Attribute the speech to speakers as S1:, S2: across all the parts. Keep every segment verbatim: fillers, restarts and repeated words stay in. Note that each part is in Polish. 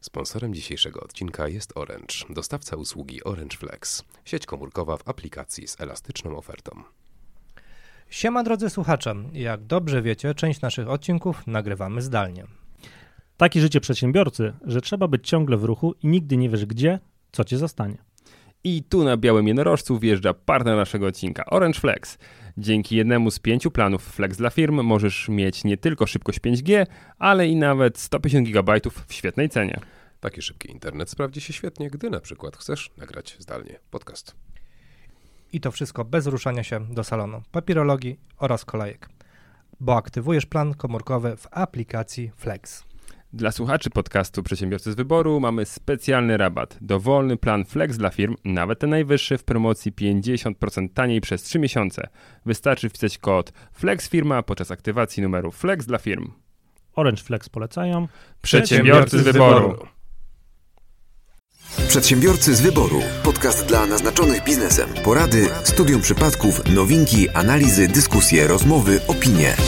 S1: Sponsorem dzisiejszego odcinka jest Orange, dostawca usługi Orange Flex, sieć komórkowa w aplikacji z elastyczną ofertą.
S2: Siema drodzy słuchacze, jak dobrze wiecie, część naszych odcinków nagrywamy zdalnie.
S3: Takie życie przedsiębiorcy, że trzeba być ciągle w ruchu i nigdy nie wiesz gdzie, co cię zastanie.
S4: I tu na białym jednorożcu wjeżdża partner naszego odcinka, Orange Flex. Dzięki jednemu z pięciu planów Flex dla firm możesz mieć nie tylko szybkość pięć G, ale i nawet sto pięćdziesiąt gigabajtów w świetnej cenie.
S1: Taki szybki internet sprawdzi się świetnie, gdy na przykład chcesz nagrać zdalnie podcast.
S2: I to wszystko bez ruszania się do salonu, papierologii oraz kolejek, bo aktywujesz plan komórkowy w aplikacji Flex.
S4: Dla słuchaczy podcastu Przedsiębiorcy z Wyboru mamy specjalny rabat. Dowolny plan Flex dla firm, nawet ten najwyższy, w promocji pięćdziesiąt procent taniej przez trzy miesiące. Wystarczy wpisać kod FLEXFIRMA podczas aktywacji numeru Flex dla firm.
S3: Orange Flex polecają
S4: Przedsiębiorcy z Wyboru.
S5: Przedsiębiorcy z Wyboru. Podcast dla naznaczonych biznesem. Porady, studium przypadków, nowinki, analizy, dyskusje, rozmowy, opinie.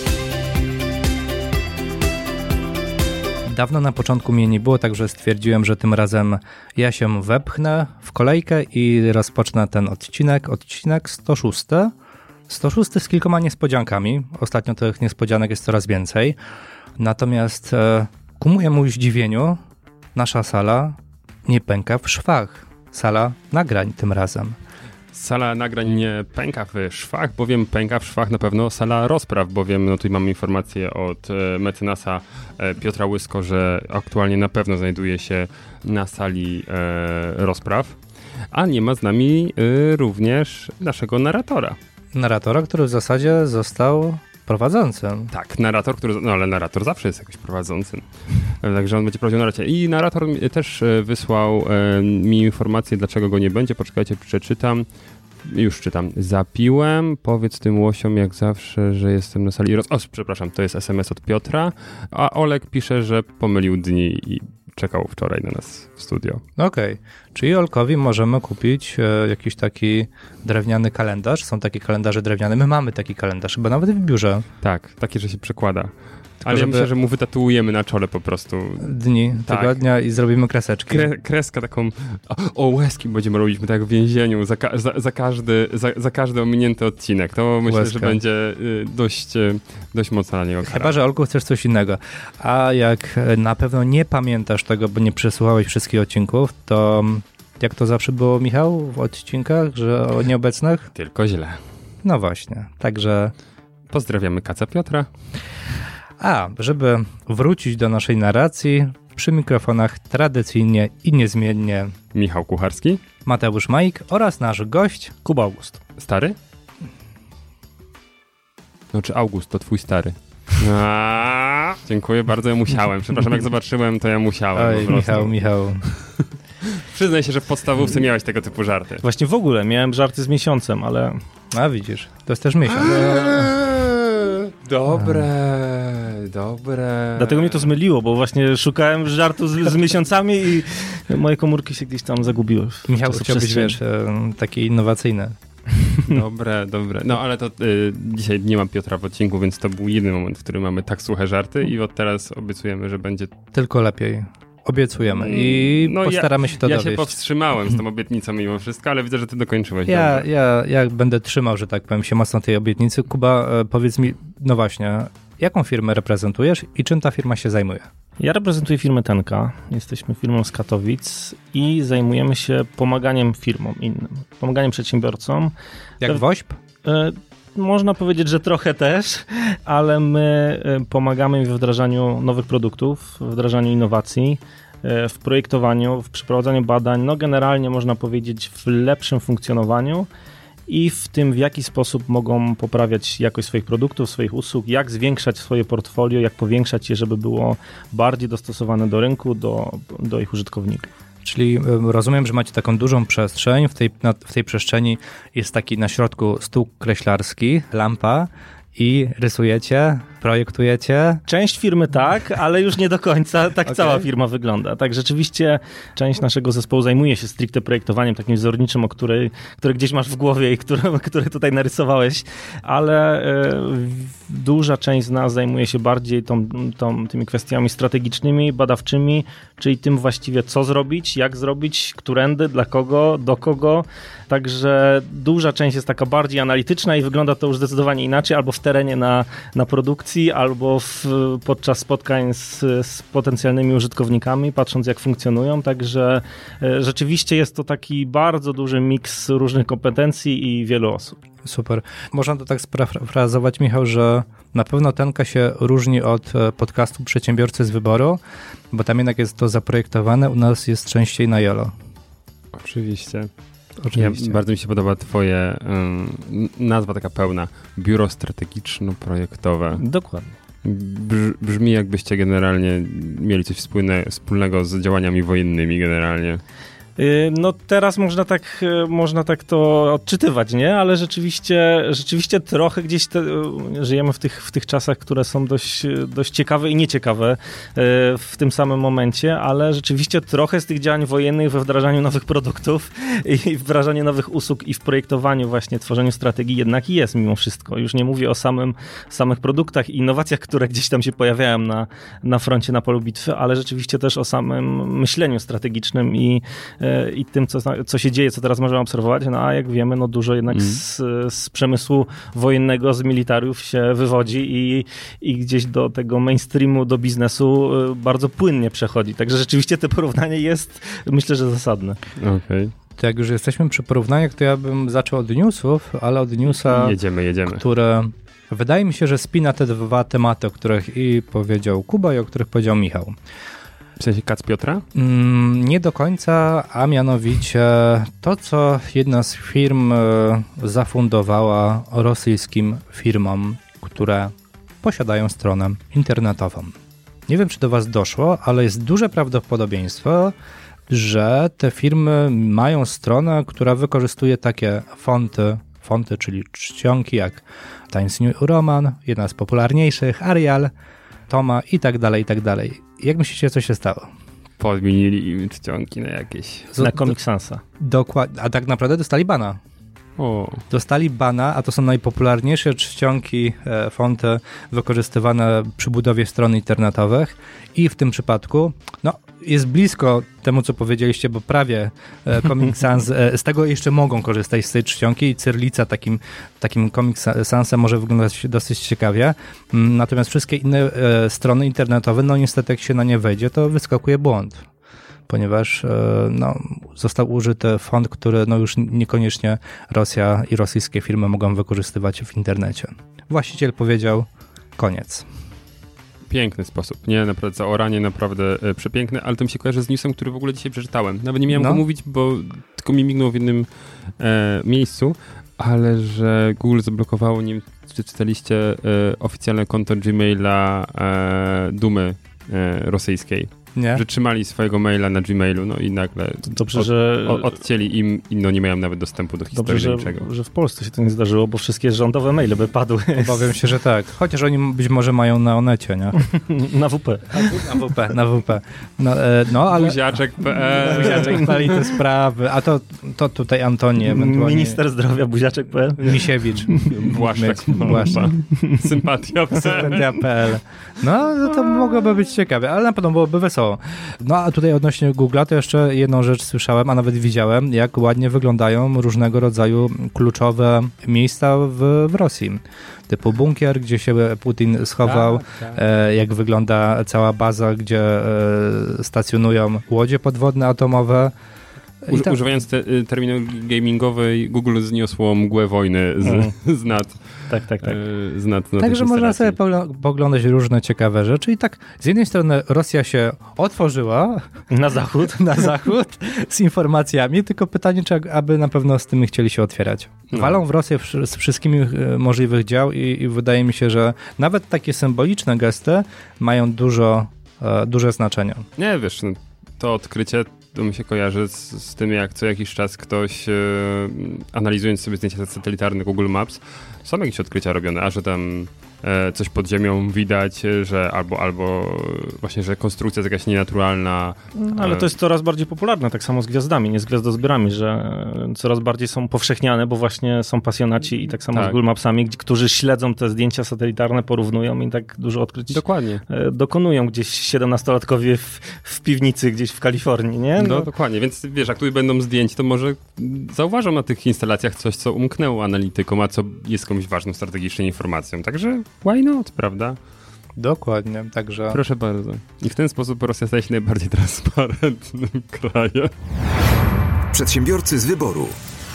S2: Dawno na początku mnie nie było, także stwierdziłem, że tym razem ja się wepchnę w kolejkę i rozpocznę ten odcinek. Odcinek sto szósty. sto szósty z kilkoma niespodziankami. Ostatnio tych niespodzianek jest coraz więcej. Natomiast e, ku mojemu zdziwieniu nasza sala nie pęka w szwach. Sala nagrań tym razem.
S4: Sala nagrań nie pęka w szwach, bowiem pęka w szwach na pewno sala rozpraw, bowiem no tutaj mamy informację od e, mecenasa e, Piotra Łysko, że aktualnie na pewno znajduje się na sali e, rozpraw, a nie ma z nami e, również naszego narratora.
S2: Narratora, który w zasadzie został prowadzącym.
S4: Tak, narrator, który, no ale narrator zawsze jest jakoś prowadzącym, także on będzie prowadził narrację. I narrator też wysłał e, mi informację, dlaczego go nie będzie. Poczekajcie, przeczytam. Już czytam. Zapiłem, powiedz tym łosiom jak zawsze, że jestem na sali. Roz... O, przepraszam, to jest es em es od Piotra, a Olek pisze, że pomylił dni i czekał wczoraj na nas w studio.
S2: Okej, okay. Czyli Olkowi możemy kupić e, jakiś taki drewniany kalendarz. Są takie kalendarze drewniane. My mamy taki kalendarz, chyba nawet w biurze.
S4: Tak, takie, że się przekłada.
S2: Tylko
S4: ale
S2: żeby...
S4: ja myślę, że mu wytatuujemy na czole po prostu.
S2: Dni, tak. Tygodnia i zrobimy kreseczki.
S4: Kre, kreska taką, o, o łezki będziemy robić, my tak jak w więzieniu, za, za, za, każdy, za, za każdy ominięty odcinek. To myślę, Łezka. że będzie y, dość, y, dość mocno na niego kara.
S2: Chyba, że Olku chcesz coś innego. A jak na pewno nie pamiętasz tego, bo nie przesłuchałeś wszystkich odcinków, to jak to zawsze było, Michał, w odcinkach, że o nieobecnych?
S4: Tylko źle.
S2: No właśnie, także...
S4: Pozdrawiamy kaca Piotra.
S2: A, żeby wrócić do naszej narracji, przy mikrofonach tradycyjnie i niezmiennie
S4: Michał Kucharski,
S2: Mateusz Majk oraz nasz gość
S3: Kuba August.
S4: Stary? No czy August to twój stary? A, dziękuję bardzo, ja musiałem. Przepraszam, jak zobaczyłem, to ja musiałem.
S2: Oj, Michał, Michał.
S4: Przyznaj się, że w podstawówce miałeś tego typu żarty.
S3: Właśnie w ogóle miałem żarty z miesiącem, ale...
S2: A widzisz, to jest też miesiąc.
S4: Dobre, dobre.
S3: Dlatego mnie to zmyliło, bo właśnie szukałem żartu z, z miesiącami i moje komórki się gdzieś tam zagubiły.
S2: Michał chciał być, wiesz, taki innowacyjny.
S4: Dobre, dobre. No ale to y, dzisiaj nie mam Piotra w odcinku, więc to był jedyny moment, w którym mamy tak suche żarty i od teraz obiecujemy, że będzie...
S2: Tylko lepiej. Obiecujemy i no postaramy
S4: ja,
S2: się to
S4: ja
S2: dowieść.
S4: Ja się powstrzymałem z tą obietnicą mimo wszystko, ale widzę, że ty dokończyłeś.
S2: Ja, ja, ja będę trzymał, że tak powiem, się mocno tej obietnicy. Kuba, powiedz mi, no właśnie, jaką firmę reprezentujesz i czym ta firma się zajmuje?
S3: Ja reprezentuję firmę Tenka. Jesteśmy firmą z Katowic i zajmujemy się pomaganiem firmom innym, pomaganiem przedsiębiorcom.
S2: Jak W O Ś P?
S3: Y- Można powiedzieć, że trochę też, ale my pomagamy w wdrażaniu nowych produktów, w wdrażaniu innowacji, w projektowaniu, w przeprowadzaniu badań, no generalnie można powiedzieć w lepszym funkcjonowaniu i w tym, w jaki sposób mogą poprawiać jakość swoich produktów, swoich usług, jak zwiększać swoje portfolio, jak powiększać je, żeby było bardziej dostosowane do rynku, do, do ich użytkowników.
S2: Czyli rozumiem, że macie taką dużą przestrzeń, w tej, na, w tej przestrzeni jest taki na środku stół kreślarski, lampa i rysujecie projektujecie?
S3: Część firmy tak, ale już nie do końca tak okay. Cała firma wygląda. Tak, rzeczywiście część naszego zespołu zajmuje się stricte projektowaniem takim wzorniczym, o której, które gdzieś masz w głowie i które, które tutaj narysowałeś, ale e, duża część z nas zajmuje się bardziej tą, tą, tymi kwestiami strategicznymi, badawczymi, czyli tym właściwie co zrobić, jak zrobić, którędy, dla kogo, do kogo. Także duża część jest taka bardziej analityczna i wygląda to już zdecydowanie inaczej, albo w terenie na, na produkcji, albo w, podczas spotkań z, z potencjalnymi użytkownikami, patrząc jak funkcjonują. Także e, rzeczywiście jest to taki bardzo duży miks różnych kompetencji i wielu osób.
S2: Super. Można to tak sparafrazować, Michał, że na pewno Tenka się różni od podcastu Przedsiębiorcy z Wyboru, bo tam jednak jest to zaprojektowane, u nas jest częściej na jolo.
S4: Oczywiście.
S2: Oczywiście.
S4: Ja, bardzo mi się podoba twoje um, nazwa taka pełna, biuro strategiczno-projektowe.
S3: Dokładnie.
S4: Brz, brzmi jakbyście generalnie mieli coś wspólne, wspólnego z działaniami wojennymi generalnie.
S3: No teraz można tak, można tak to odczytywać, nie? Ale rzeczywiście, rzeczywiście trochę gdzieś te, żyjemy w tych, w tych czasach, które są dość, dość ciekawe i nieciekawe w tym samym momencie, ale rzeczywiście trochę z tych działań wojennych we wdrażaniu nowych produktów i wdrażaniu nowych usług i w projektowaniu właśnie, tworzeniu strategii jednak jest mimo wszystko. Już nie mówię o samym, samych produktach i innowacjach, które gdzieś tam się pojawiają na, na froncie, na polu bitwy, ale rzeczywiście też o samym myśleniu strategicznym i i tym, co, co się dzieje, co teraz możemy obserwować, no a jak wiemy, no dużo jednak mm. z, z przemysłu wojennego, z militariów się wywodzi i, i gdzieś do tego mainstreamu, do biznesu bardzo płynnie przechodzi. Także rzeczywiście to porównanie jest, myślę, że zasadne.
S4: Okej. Okay.
S2: To jak już jesteśmy przy porównaniach, to ja bym zaczął od newsów, ale od newsa,
S4: jedziemy, jedziemy.
S2: które wydaje mi się, że spina te dwa tematy, o których i powiedział Kuba i o których powiedział Michał.
S4: W sensie Kac Piotra?
S2: Mm, nie do końca, a mianowicie to, co jedna z firm zafundowała rosyjskim firmom, które posiadają stronę internetową. Nie wiem, czy do was doszło, ale jest duże prawdopodobieństwo, że te firmy mają stronę, która wykorzystuje takie fonty, fonty, czyli czcionki jak Times New Roman, jedna z popularniejszych, Arial, Toma i tak dalej, i tak dalej. Jak myślicie, co się stało?
S4: Podmienili im czcionki na jakieś...
S3: Na Comic Sansa.
S2: Dokładnie, a tak naprawdę dostali bana.
S4: O.
S2: Dostali bana, a to są najpopularniejsze czcionki, e, fonty wykorzystywane przy budowie stron internetowych i w tym przypadku, no, jest blisko temu, co powiedzieliście, bo prawie e, Comic Sans, e, z tego jeszcze mogą korzystać z tej czcionki i cyrlica takim, takim Comic Sansem może wyglądać dosyć ciekawie, mm, natomiast wszystkie inne e, strony internetowe, no niestety jak się na nie wejdzie, to wyskakuje błąd, ponieważ e, no, został użyty font, który no, już niekoniecznie Rosja i rosyjskie firmy mogą wykorzystywać w internecie. Właściciel powiedział koniec.
S4: Piękny sposób. Nie, naprawdę zaoranie naprawdę e, przepiękne, ale to mi się kojarzy z newsem, który w ogóle dzisiaj przeczytałem. Nawet nie miałem
S2: no.
S4: go mówić, bo tylko mi mignął w jednym e, miejscu, ale że Google zablokowało, nie wiem, czy czytaliście e, oficjalne konto Gmaila e, Dumy e, rosyjskiej.
S2: Nie?
S4: Że trzymali swojego maila na Gmailu, no i nagle
S3: Dobrze,
S4: od,
S3: że...
S4: od, odcięli im i no nie mają nawet dostępu do historii
S3: Dobrze,
S4: niczego.
S3: Że, że w Polsce się to nie zdarzyło, bo wszystkie rządowe maile by padły.
S2: Obawiam się, że tak. Chociaż oni być może mają na Onecie, nie?
S3: Na W P.
S2: Na W P, na W P. No, e, no ale...
S4: Buziaczek kropka pe el.
S2: Buziaczek kropka pe el i te sprawy. A to, to tutaj Antoni ewentualnie...
S3: Minister zdrowia Buziaczek kropka pe el.
S2: Misiewicz.
S4: Błaszczak.
S2: Błaszczak.
S4: Sympatia kropka pe el.
S2: Sympatia kropka pe el. No, no to mogłoby być ciekawe, ale na pewno byłoby wesoło. No a tutaj odnośnie Google'a to jeszcze jedną rzecz słyszałem, a nawet widziałem, jak ładnie wyglądają różnego rodzaju kluczowe miejsca w, w Rosji. Typu bunkier, gdzie się Putin schował, tak, tak. E, jak wygląda cała baza, gdzie e, stacjonują łodzie podwodne atomowe.
S4: Uż, tak. Używając te, terminologii gamingowej, Google zniosło mgłę wojny z, mm. z nad.
S3: Tak, tak, tak.
S4: E, z nad, nad
S2: Także można sobie poglądać różne ciekawe rzeczy i tak z jednej strony Rosja się otworzyła
S3: na zachód,
S2: na zachód z informacjami, tylko pytanie, czy aby na pewno z tymi chcieli się otwierać. No. Walą w Rosję z wszystkimi możliwych dział i, i wydaje mi się, że nawet takie symboliczne gesty mają dużo, e, duże znaczenie.
S4: Nie, wiesz, no, to odkrycie to mi się kojarzy z, z tym, jak co jakiś czas ktoś, e, analizując sobie zdjęcia satelitarne Google Maps, są jakieś odkrycia robione, a że tam coś pod ziemią widać, że albo, albo właśnie, że konstrukcja jest jakaś nienaturalna.
S3: No, ale to jest coraz bardziej popularne, tak samo z gwiazdami, nie z gwiazdozbiorami, że coraz bardziej są powszechniane, bo właśnie są pasjonaci i tak samo tak. z Google Mapsami, którzy śledzą te zdjęcia satelitarne, porównują i tak dużo odkryć
S4: dokładnie.
S3: dokonują gdzieś siedemnastolatkowie w, w piwnicy gdzieś w Kalifornii, nie?
S4: No. no dokładnie, więc wiesz, jak tu będą zdjęć, to może zauważą na tych instalacjach coś, co umknęło analitykom, a co jest komuś ważną strategiczną informacją. Także why not, prawda?
S2: Dokładnie, także...
S4: Proszę bardzo. I w ten sposób Rosja staje się najbardziej transparentnym krajem.
S5: Przedsiębiorcy z wyboru.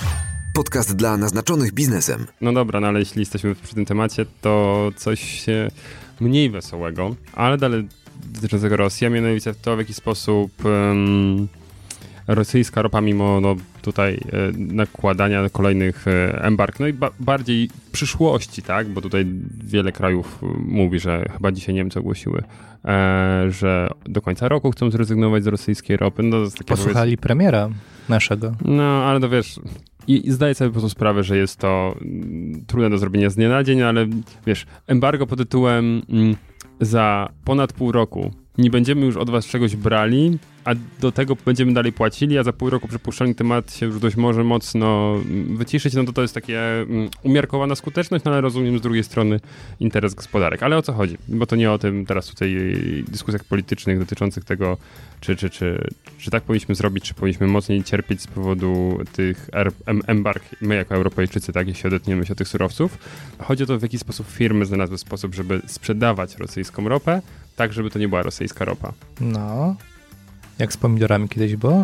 S5: Podcast dla naznaczonych biznesem.
S4: No dobra, no ale jeśli jesteśmy przy tym temacie, to coś mniej wesołego, ale dalej dotyczącego Rosji, a mianowicie to, w jaki sposób um, rosyjska ropa, mimo no, tutaj e, nakładania kolejnych e, embarg, no i ba- bardziej w przyszłości, tak, bo tutaj wiele krajów mówi, że chyba dzisiaj Niemcy ogłosiły, e, że do końca roku chcą zrezygnować z rosyjskiej ropy. No, to jest takie,
S2: posłuchali powiedz... premiera naszego.
S4: No, ale to wiesz... I, I zdaję sobie po prostu sprawę, że jest to mm, trudne do zrobienia z dnia na dzień, ale wiesz, embargo pod tytułem mm, za ponad pół roku nie będziemy już od was czegoś brali, a do tego będziemy dalej płacili, a za pół roku przypuszczalnie temat się już dość może mocno wyciszyć, no to to jest takie um, umiarkowana skuteczność, no ale rozumiem z drugiej strony interes gospodarek. Ale o co chodzi? Bo to nie o tym teraz tutaj dyskusjach politycznych dotyczących tego, czy, czy, czy, czy tak powinniśmy zrobić, czy powinniśmy mocniej cierpieć z powodu tych embarg, my jako Europejczycy, tak, jeśli odetniemy się od tych surowców. Chodzi o to, w jaki sposób firmy znalazły sposób, żeby sprzedawać rosyjską ropę, tak, żeby to nie była rosyjska ropa.
S2: No... Jak z pomidorami kiedyś było?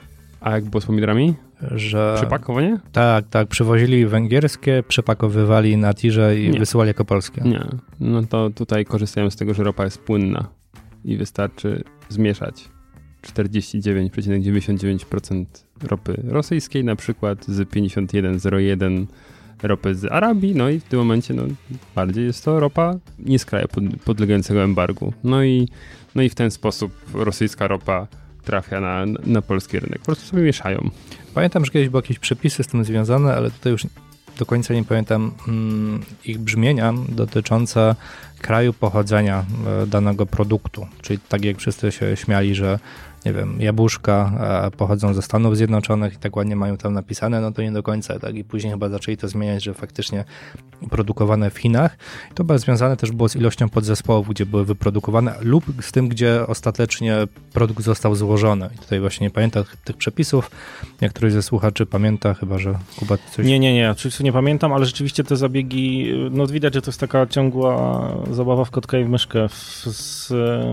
S4: A jak było z pomidorami?
S2: Że...
S4: Przepakowanie?
S2: Tak, tak. Przywozili węgierskie, przepakowywali na tirze i nie. wysyłali jako polskie.
S4: Nie. No to tutaj korzystają z tego, że ropa jest płynna i wystarczy zmieszać czterdzieści dziewięć przecinek dziewięćdziesiąt dziewięć procent ropy rosyjskiej, na przykład z pięćdziesiąt jeden przecinek zero jeden ropy z Arabii, no i w tym momencie no, bardziej jest to ropa nie z kraju pod, podlegającego embargu. No i, no i w ten sposób rosyjska ropa trafia na, na polski rynek. Po prostu sobie mieszają.
S2: Pamiętam, że kiedyś były jakieś przepisy z tym związane, ale tutaj już do końca nie pamiętam mm, ich brzmienia dotyczące kraju pochodzenia e, danego produktu. Czyli tak jak wszyscy się śmiali, że nie wiem, jabłuszka e, pochodzą ze Stanów Zjednoczonych i tak ładnie mają tam napisane, no to nie do końca, tak? I później chyba zaczęli to zmieniać, że faktycznie produkowane w Chinach. I to chyba związane też było z ilością podzespołów, gdzie były wyprodukowane lub z tym, gdzie ostatecznie produkt został złożony. I tutaj właśnie nie pamiętam tych, tych przepisów. Jak któryś ze słuchaczy pamięta, chyba że Kuba coś...
S3: Nie, nie, nie, oczywiście nie pamiętam, ale rzeczywiście te zabiegi, no widać, że to jest taka ciągła zabawa w kotka i w myszkę w, z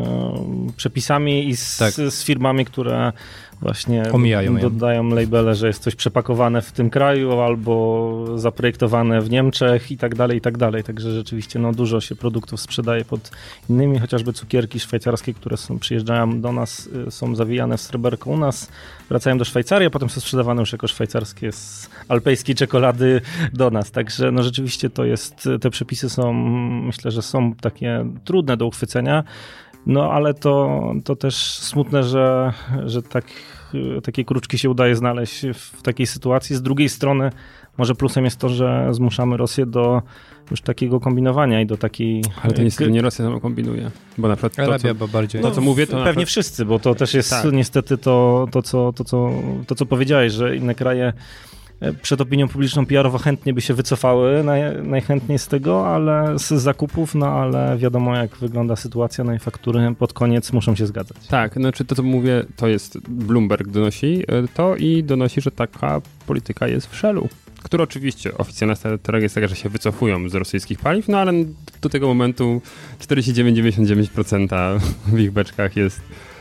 S3: e, przepisami i z, tak. z firmami, które właśnie
S2: omijają
S3: dodają labele, że jest coś przepakowane w tym kraju albo zaprojektowane w Niemczech i tak dalej, i tak dalej. Także rzeczywiście no, dużo się produktów sprzedaje pod innymi, chociażby cukierki szwajcarskie, które są, przyjeżdżają do nas, są zawijane w sreberko u nas, wracają do Szwajcarii, a potem są sprzedawane już jako szwajcarskie z alpejskiej czekolady do nas. Także no, rzeczywiście to jest, te przepisy są, myślę, że są takie trudne do uchwycenia. No ale to, to też smutne, że, że tak, takie kruczki się udaje znaleźć w takiej sytuacji. Z drugiej strony może plusem jest to, że zmuszamy Rosję do już takiego kombinowania i do takiej...
S4: Ale to niestety nie Rosja sama kombinuje. Bo na przykład to,
S2: Arabia,
S4: co,
S2: bo bardziej...
S4: to, co mówię, to...
S3: Pewnie
S4: przykład...
S3: wszyscy, bo to też jest
S4: tak.
S3: niestety to, to, co, to, co, to, co powiedziałeś, że inne kraje przed opinią publiczną P R-owo chętnie by się wycofały naj, najchętniej z tego, ale z zakupów, no ale wiadomo jak wygląda sytuacja, no i faktury pod koniec muszą się zgadzać.
S4: Tak, znaczy to co mówię, to jest Bloomberg donosi to i donosi, że taka polityka jest w Shellu, która oczywiście oficjalna strategia jest taka, że się wycofują z rosyjskich paliw, no ale do tego momentu czterdzieści dziewięć przecinek dziewięćdziesiąt dziewięć procent w ich beczkach jest...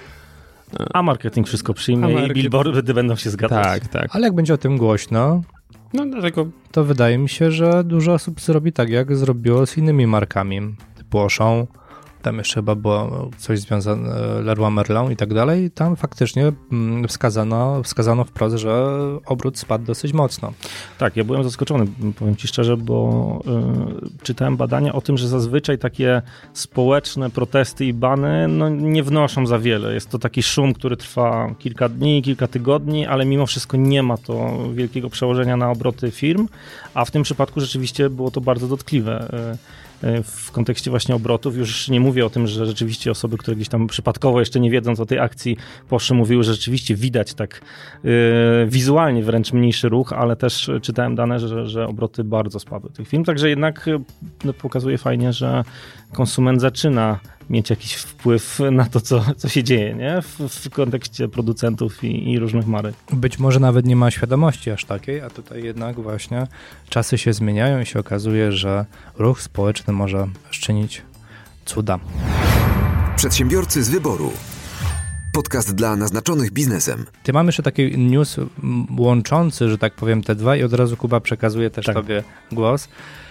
S3: A marketing wszystko przyjmie market... i billboardy będą się zgadzać.
S4: Tak, tak.
S2: Ale jak będzie o tym głośno,
S4: no, dlatego...
S2: to wydaje mi się, że dużo osób zrobi tak, jak zrobiło z innymi markami, typu Auchan, tam jeszcze chyba było coś związane, Leroy Merlin i tak dalej, tam faktycznie wskazano, wskazano wprost, że obrót spadł dosyć mocno.
S3: Tak, ja byłem zaskoczony, powiem ci szczerze, bo y, czytałem badania o tym, że zazwyczaj takie społeczne protesty i bany no, nie wnoszą za wiele. Jest to taki szum, który trwa kilka dni, kilka tygodni, ale mimo wszystko nie ma to wielkiego przełożenia na obroty firm, a w tym przypadku rzeczywiście było to bardzo dotkliwe. Y, w kontekście właśnie obrotów. Już nie mówię o tym, że rzeczywiście osoby, które gdzieś tam przypadkowo jeszcze nie wiedząc o tej akcji poszły, mówiły, że rzeczywiście widać tak yy, wizualnie wręcz mniejszy ruch, ale też czytałem dane, że, że obroty bardzo spadły tych firm, także jednak no, pokazuje fajnie, że konsument zaczyna mieć jakiś wpływ na to, co, co się dzieje, nie? W, w kontekście producentów i, i różnych marek.
S2: Być może nawet nie ma świadomości aż takiej, a tutaj jednak właśnie czasy się zmieniają i się okazuje, że ruch społeczny może czynić cuda.
S5: Przedsiębiorcy z wyboru. Podcast dla naznaczonych biznesem.
S2: Ty mamy jeszcze taki news łączący, że tak powiem, te dwa i od razu Kuba przekazuje też
S3: tak.
S2: tobie głos.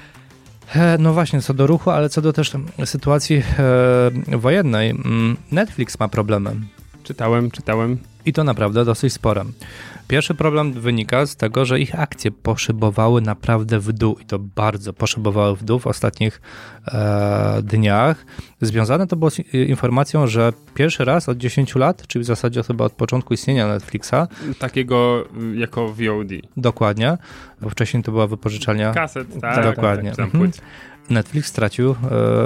S2: No właśnie, co do ruchu, ale co do też sytuacji e, wojennej. Netflix ma problemy.
S4: Czytałem, czytałem.
S2: I to naprawdę dosyć spore. Pierwszy problem wynika z tego, że ich akcje poszybowały naprawdę w dół i to bardzo poszybowały w dół w ostatnich e, dniach. Związane to było z informacją, że pierwszy raz od dziesięciu lat, czyli w zasadzie chyba od początku istnienia Netflixa.
S4: Takiego jako V O D.
S2: Dokładnie, bo wcześniej to była wypożyczalnia.
S4: Kaset, tak.
S2: Dokładnie.
S4: Tak,
S2: mhm. Netflix stracił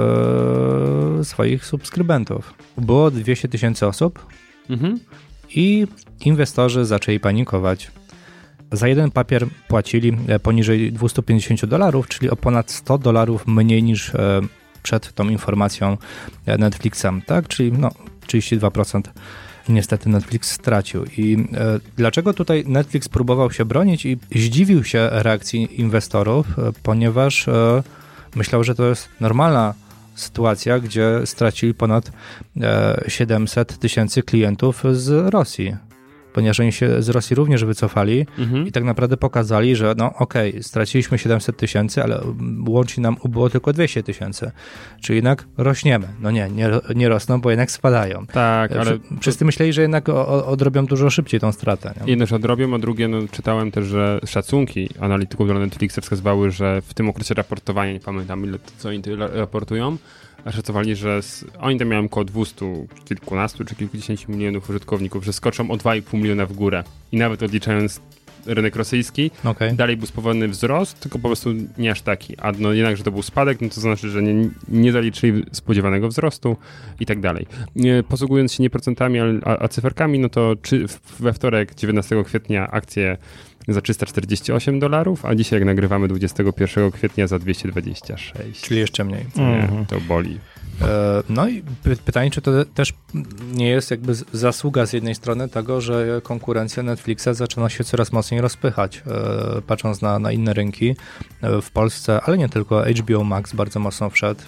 S2: e, swoich subskrybentów. Było dwieście tysięcy osób. Mhm. I inwestorzy zaczęli panikować. Za jeden papier płacili poniżej dwieście pięćdziesiąt dolarów, czyli o ponad sto dolarów mniej niż przed tą informacją Netflixem, tak? Czyli no, trzydzieści dwa procent niestety Netflix stracił. I e, dlaczego tutaj Netflix próbował się bronić i zdziwił się reakcji inwestorów, e, ponieważ e, myślał, że to jest normalna sytuacja, gdzie stracili ponad e, siedemset tysięcy klientów z Rosji, ponieważ oni się z Rosji również wycofali mhm. i tak naprawdę pokazali, że no okej, okay, straciliśmy siedemset tysięcy, ale łącznie nam ubyło tylko dwieście tysięcy, czyli jednak rośniemy. No nie, nie, nie rosną, bo jednak spadają.
S4: Tak, ale...
S2: Wszyscy myśleli, że jednak o, odrobią dużo szybciej tą stratę. Nie?
S4: Jedno, że odrobią, a drugie, no czytałem też, że szacunki analityków dla Netflixa wskazywały, że w tym okresie raportowania, nie pamiętam ile, co oni raportują, a szacowali, że z, oni tam miałem około dwustu kilkunastu czy kilkudziesięciu milionów użytkowników, że skoczą o dwa i pół miliona w górę. I nawet odliczając rynek rosyjski, okay. dalej był spowolny wzrost, tylko po prostu nie aż taki. A no jednak, że to był spadek, no to znaczy, że nie, nie zaliczyli spodziewanego wzrostu i tak dalej. Posługując się nie procentami, a, a cyferkami, no to czy we wtorek, dziewiętnastego kwietnia akcje za trzysta czterdzieści osiem dolarów, a dzisiaj jak nagrywamy dwudziestego pierwszego kwietnia za dwieście dwadzieścia sześć.
S2: Czyli jeszcze mniej.
S4: Nie, mm-hmm. To boli.
S2: No i pytanie, czy to też nie jest jakby zasługa z jednej strony tego, że konkurencja Netflixa zaczyna się coraz mocniej rozpychać, patrząc na, na inne rynki w Polsce, ale nie tylko. H B O Max bardzo mocno wszedł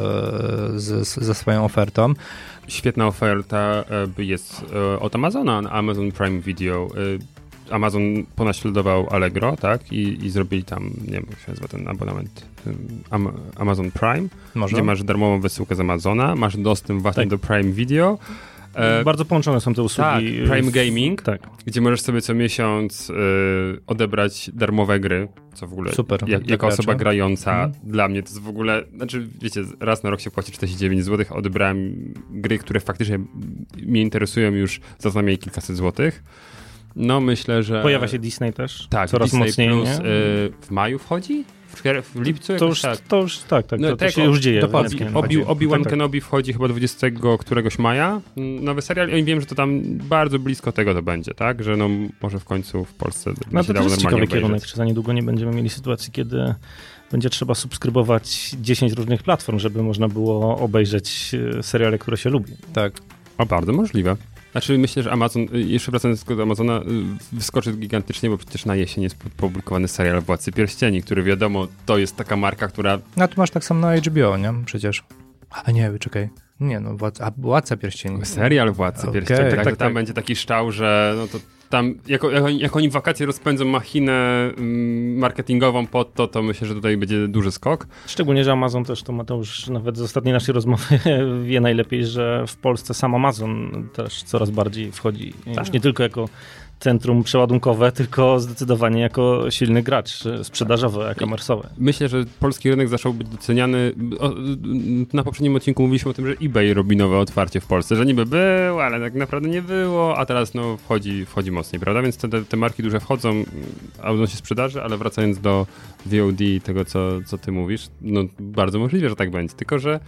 S2: z, ze swoją ofertą.
S4: Świetna oferta jest od Amazona, Amazon Prime Video. Amazon ponaśladował Allegro, tak? I, i zrobili tam, nie wiem, jak się nazywa ten abonament, um, Amazon Prime, Może? Gdzie masz darmową wysyłkę z Amazona, masz dostęp właśnie tak. do Prime Video.
S3: E, Bardzo połączone są te usługi.
S4: Tak, Prime Gaming,
S3: tak.
S4: gdzie możesz sobie co miesiąc y, odebrać darmowe gry, co w ogóle,
S2: Super,
S4: jak, jako osoba grająca, mhm. dla mnie to jest w ogóle, znaczy wiecie, raz na rok się płaci czterdzieści dziewięć złotych, a odebrałem gry, które faktycznie mnie interesują już za co najmniej kilkaset złotych. No myślę, że...
S3: Pojawia się Disney też,
S4: tak,
S3: coraz
S4: Disney
S3: mocniej.
S4: Plus, y, w maju wchodzi? W, w lipcu?
S3: To już,
S4: tak.
S3: to już tak, tak,
S4: no,
S3: to, to się już dzieje.
S4: Obi, Obi, Obi-Wan tak, Kenobi wchodzi chyba dwudziestego któregoś maja, nowy serial i wiem, że to tam bardzo blisko tego to będzie, tak? Że no może w końcu w Polsce
S3: no,
S4: się
S3: to
S4: dało
S3: jest
S4: normalnie
S3: ciekawy kierunek, czy za niedługo nie będziemy mieli sytuacji, kiedy będzie trzeba subskrybować dziesięć różnych platform, żeby można było obejrzeć seriale, które się lubi.
S2: Tak.
S4: O, bardzo możliwe. Znaczy myślę, że Amazon, jeszcze wracając do Amazona, wyskoczy gigantycznie, bo przecież na jesień jest publikowany serial Władcy Pierścieni, który wiadomo, to jest taka marka, która...
S2: No tu masz tak samo na H B O, nie? Przecież. A nie, czekaj. Nie no, Władca, Władca Pierścieni.
S4: Serial Władcy okay, Pierścieni, tak, tak, tak, tam
S2: tak.
S4: będzie taki szczał, że no to tam, jako, jak, oni, jak oni w wakacje rozpędzą machinę marketingową pod to, to myślę, że tutaj będzie duży skok.
S3: Szczególnie, że Amazon też, to Mateusz nawet z ostatniej naszej rozmowy wie najlepiej, że w Polsce sam Amazon też coraz bardziej wchodzi, tak. Już nie tylko jako centrum przeładunkowe, tylko zdecydowanie jako silny gracz sprzedażowy, e-commerce'owy.
S4: Myślę, że polski rynek zaczął być doceniany. Na poprzednim odcinku mówiliśmy o tym, że eBay robi nowe otwarcie w Polsce, że niby było, ale tak naprawdę nie było, a teraz no wchodzi, wchodzi mocniej, prawda? Więc te, te marki duże wchodzą, a odnośnie sprzedaży, ale wracając do V O D i tego, co, co ty mówisz, no bardzo możliwe, że tak będzie, tylko że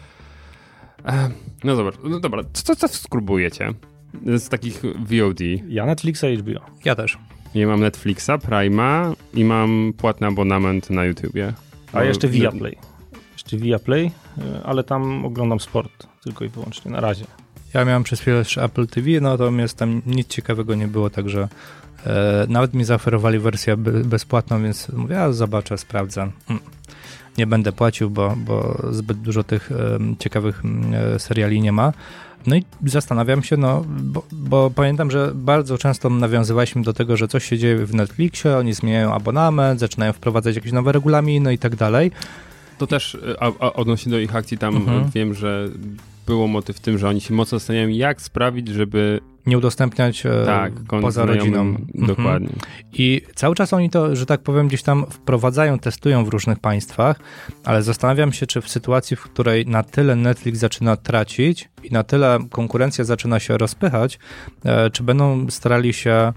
S4: e, no zobacz, no dobra, co, co skrubujecie z takich V O D?
S3: Ja Netflixa i H B O.
S2: Ja też.
S4: Ja mam Netflixa, Prime'a i mam płatny abonament na YouTubie.
S3: A jeszcze Viaplay. Jeszcze Viaplay, ale tam oglądam sport tylko i wyłącznie, na razie.
S2: Ja miałem przez chwilę jeszcze Apple T V, natomiast tam nic ciekawego nie było, także e, nawet mi zaoferowali wersję be, bezpłatną, więc mówię, ja zobaczę, sprawdzę. Mm. Nie będę płacił, bo, bo zbyt dużo tych e, ciekawych e, seriali nie ma. No i zastanawiam się, no, bo, bo pamiętam, że bardzo często nawiązywaliśmy do tego, że coś się dzieje w Netflixie, oni zmieniają abonament, zaczynają wprowadzać jakieś nowe regulaminy i tak dalej.
S4: To też a, a odnośnie do ich akcji, tam
S2: mhm.
S4: wiem, że było motyw w tym, że oni się mocno zastanawiają, jak sprawić, żeby
S2: nie udostępniać
S4: tak,
S2: poza rodziną.
S4: Dokładnie.
S2: Mhm. I cały czas oni to, że tak powiem, gdzieś tam wprowadzają, testują w różnych państwach, ale zastanawiam się, czy w sytuacji, w której na tyle Netflix zaczyna tracić i na tyle konkurencja zaczyna się rozpychać, czy będą starali się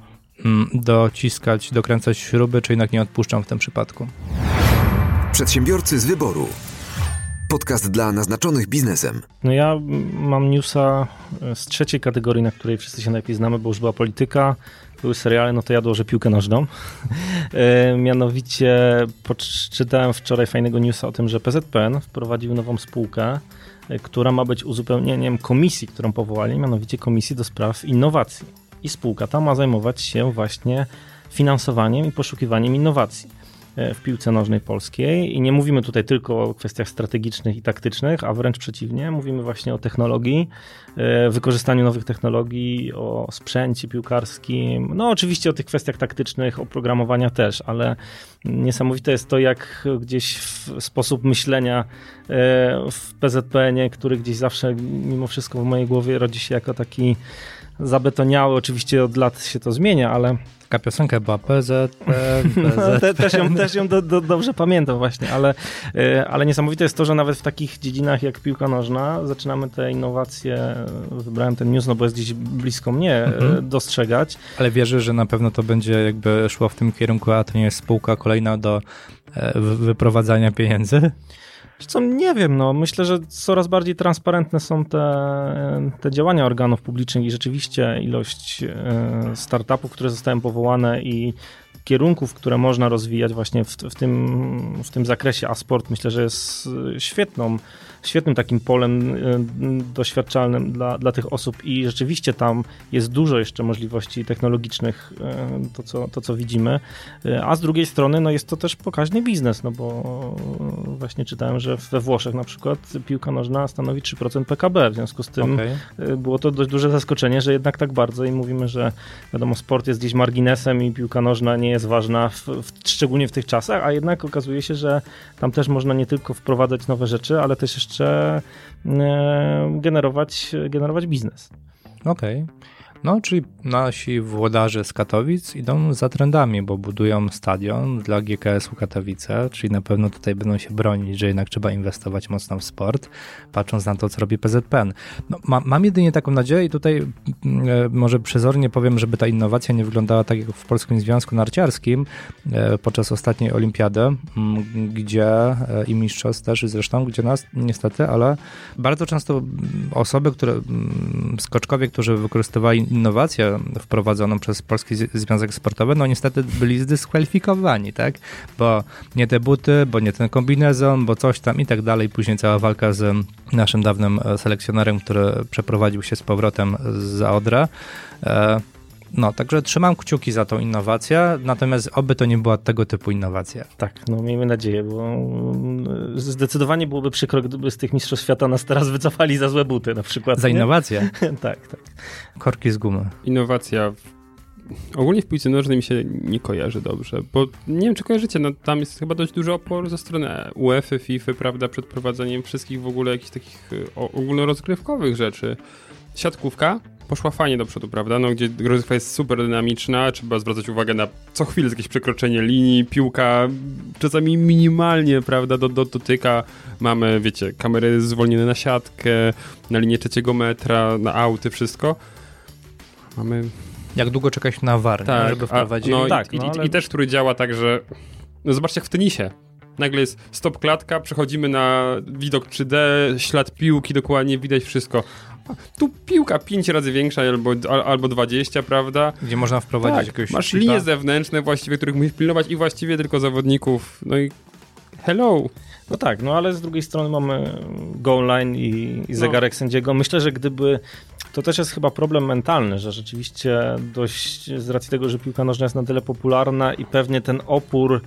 S2: dociskać, dokręcać śruby, czy jednak nie odpuszczą w tym przypadku.
S5: Przedsiębiorcy z wyboru. Podcast dla naznaczonych biznesem.
S3: No ja mam newsa z trzeciej kategorii, na której wszyscy się najlepiej znamy, bo już była polityka, były seriale, no to ja dołożę piłkę nożną. e, mianowicie czytałem wczoraj fajnego newsa o tym, że P Z P N wprowadził nową spółkę, e, która ma być uzupełnieniem komisji, którą powołali, mianowicie Komisji do Spraw Innowacji. I spółka ta ma zajmować się właśnie finansowaniem i poszukiwaniem innowacji w piłce nożnej polskiej i nie mówimy tutaj tylko o kwestiach strategicznych i taktycznych, a wręcz przeciwnie, mówimy właśnie o technologii, wykorzystaniu nowych technologii, o sprzęcie piłkarskim, no oczywiście o tych kwestiach taktycznych, oprogramowania też, ale niesamowite jest to, jak gdzieś w sposób myślenia w P Z P N-ie, który gdzieś zawsze mimo wszystko w mojej głowie rodzi się jako taki zabetoniały, oczywiście od lat się to zmienia, ale
S2: taka piosenka była P Z P, P Z P.
S3: No, te, też ją, też ją do, do, dobrze pamiętam właśnie, ale, ale niesamowite jest to, że nawet w takich dziedzinach jak piłka nożna zaczynamy te innowacje, wybrałem ten news, no bo jest gdzieś blisko mnie, mhm. dostrzegać.
S2: Ale wierzę, że na pewno to będzie jakby szło w tym kierunku, a to nie jest spółka kolejna do wyprowadzania pieniędzy?
S3: Co, nie wiem, no myślę, że coraz bardziej transparentne są te, te działania organów publicznych i rzeczywiście ilość startupów, które zostały powołane i kierunków, które można rozwijać właśnie w, w, tym, w tym zakresie, a sport myślę, że jest świetną, świetnym takim polem doświadczalnym dla, dla tych osób i rzeczywiście tam jest dużo jeszcze możliwości technologicznych, to co, to co widzimy, a z drugiej strony no jest to też pokaźny biznes, no bo właśnie czytałem, że we Włoszech na przykład piłka nożna stanowi trzy procent P K B, w związku z tym okay. było to dość duże zaskoczenie, że jednak tak bardzo i mówimy, że wiadomo, sport jest gdzieś marginesem i piłka nożna nie jest ważna, w, w, szczególnie w tych czasach, a jednak okazuje się, że tam też można nie tylko wprowadzać nowe rzeczy, ale też jeszcze e, generować, generować biznes.
S2: Okej. Okay. No, czyli nasi włodarze z Katowic idą za trendami, bo budują stadion dla G K S-u Katowice, czyli na pewno tutaj będą się bronić, że jednak trzeba inwestować mocno w sport, patrząc na to, co robi P Z P N. No, ma, mam jedynie taką nadzieję i tutaj e, może przezornie powiem, żeby ta innowacja nie wyglądała tak jak w Polskim Związku Narciarskim e, podczas ostatniej olimpiady, m, gdzie e, i mistrzostw też zresztą, gdzie nas niestety, ale bardzo często osoby, które m, skoczkowie, którzy wykorzystywali innowację wprowadzoną przez Polski Związek Sportowy, no niestety byli zdyskwalifikowani, tak? Bo nie te buty, bo nie ten kombinezon, bo coś tam i tak dalej. Później cała walka z naszym dawnym selekcjonerem, który przeprowadził się z powrotem za Odrę. No, także trzymam kciuki za tą innowację, natomiast oby to nie była tego typu innowacja.
S3: Tak, no miejmy nadzieję, bo zdecydowanie byłoby przykro, gdyby z tych mistrzostw świata nas teraz wycofali za złe buty na przykład.
S2: Za innowację?
S3: tak, tak.
S2: Korki z gumy.
S4: Innowacja w... ogólnie w piłce nożnej mi się nie kojarzy dobrze, bo nie wiem, czy kojarzycie, no tam jest chyba dość duży opór ze strony UEFA, FIFA, prawda, przed prowadzeniem wszystkich w ogóle jakichś takich ogólnorozgrywkowych rzeczy. Siatkówka poszła fajnie do przodu, prawda? No, gdzie rozgrywka jest super dynamiczna, trzeba zwracać uwagę na co chwilę jakieś przekroczenie linii, piłka czasami minimalnie, prawda, do, do, dotyka. Mamy, wiecie, kamery zwolnione na siatkę, na linię trzeciego metra, na auty, wszystko. Mamy
S2: Jak długo czekać na war,
S4: tak,
S2: nie? Żeby wprowadzić.
S4: No,
S3: tak,
S4: i,
S3: no,
S4: i,
S3: ale...
S4: i też, który działa tak, że no zobaczcie jak w tenisie. Nagle jest stop klatka, przechodzimy na widok trzy D, ślad piłki, dokładnie widać wszystko. Tu piłka pięć razy większa albo, albo dwadzieścia, prawda?
S2: Gdzie można wprowadzić
S4: tak,
S2: jakiegoś
S4: masz
S2: shipa.
S4: linie zewnętrzne właściwie, których musisz pilnować i właściwie tylko zawodników. No i hello.
S3: No tak, no ale z drugiej strony mamy goal line i, i zegarek no. sędziego. Myślę, że gdyby... To też jest chyba problem mentalny, że rzeczywiście dość z racji tego, że piłka nożna jest na tyle popularna i pewnie ten opór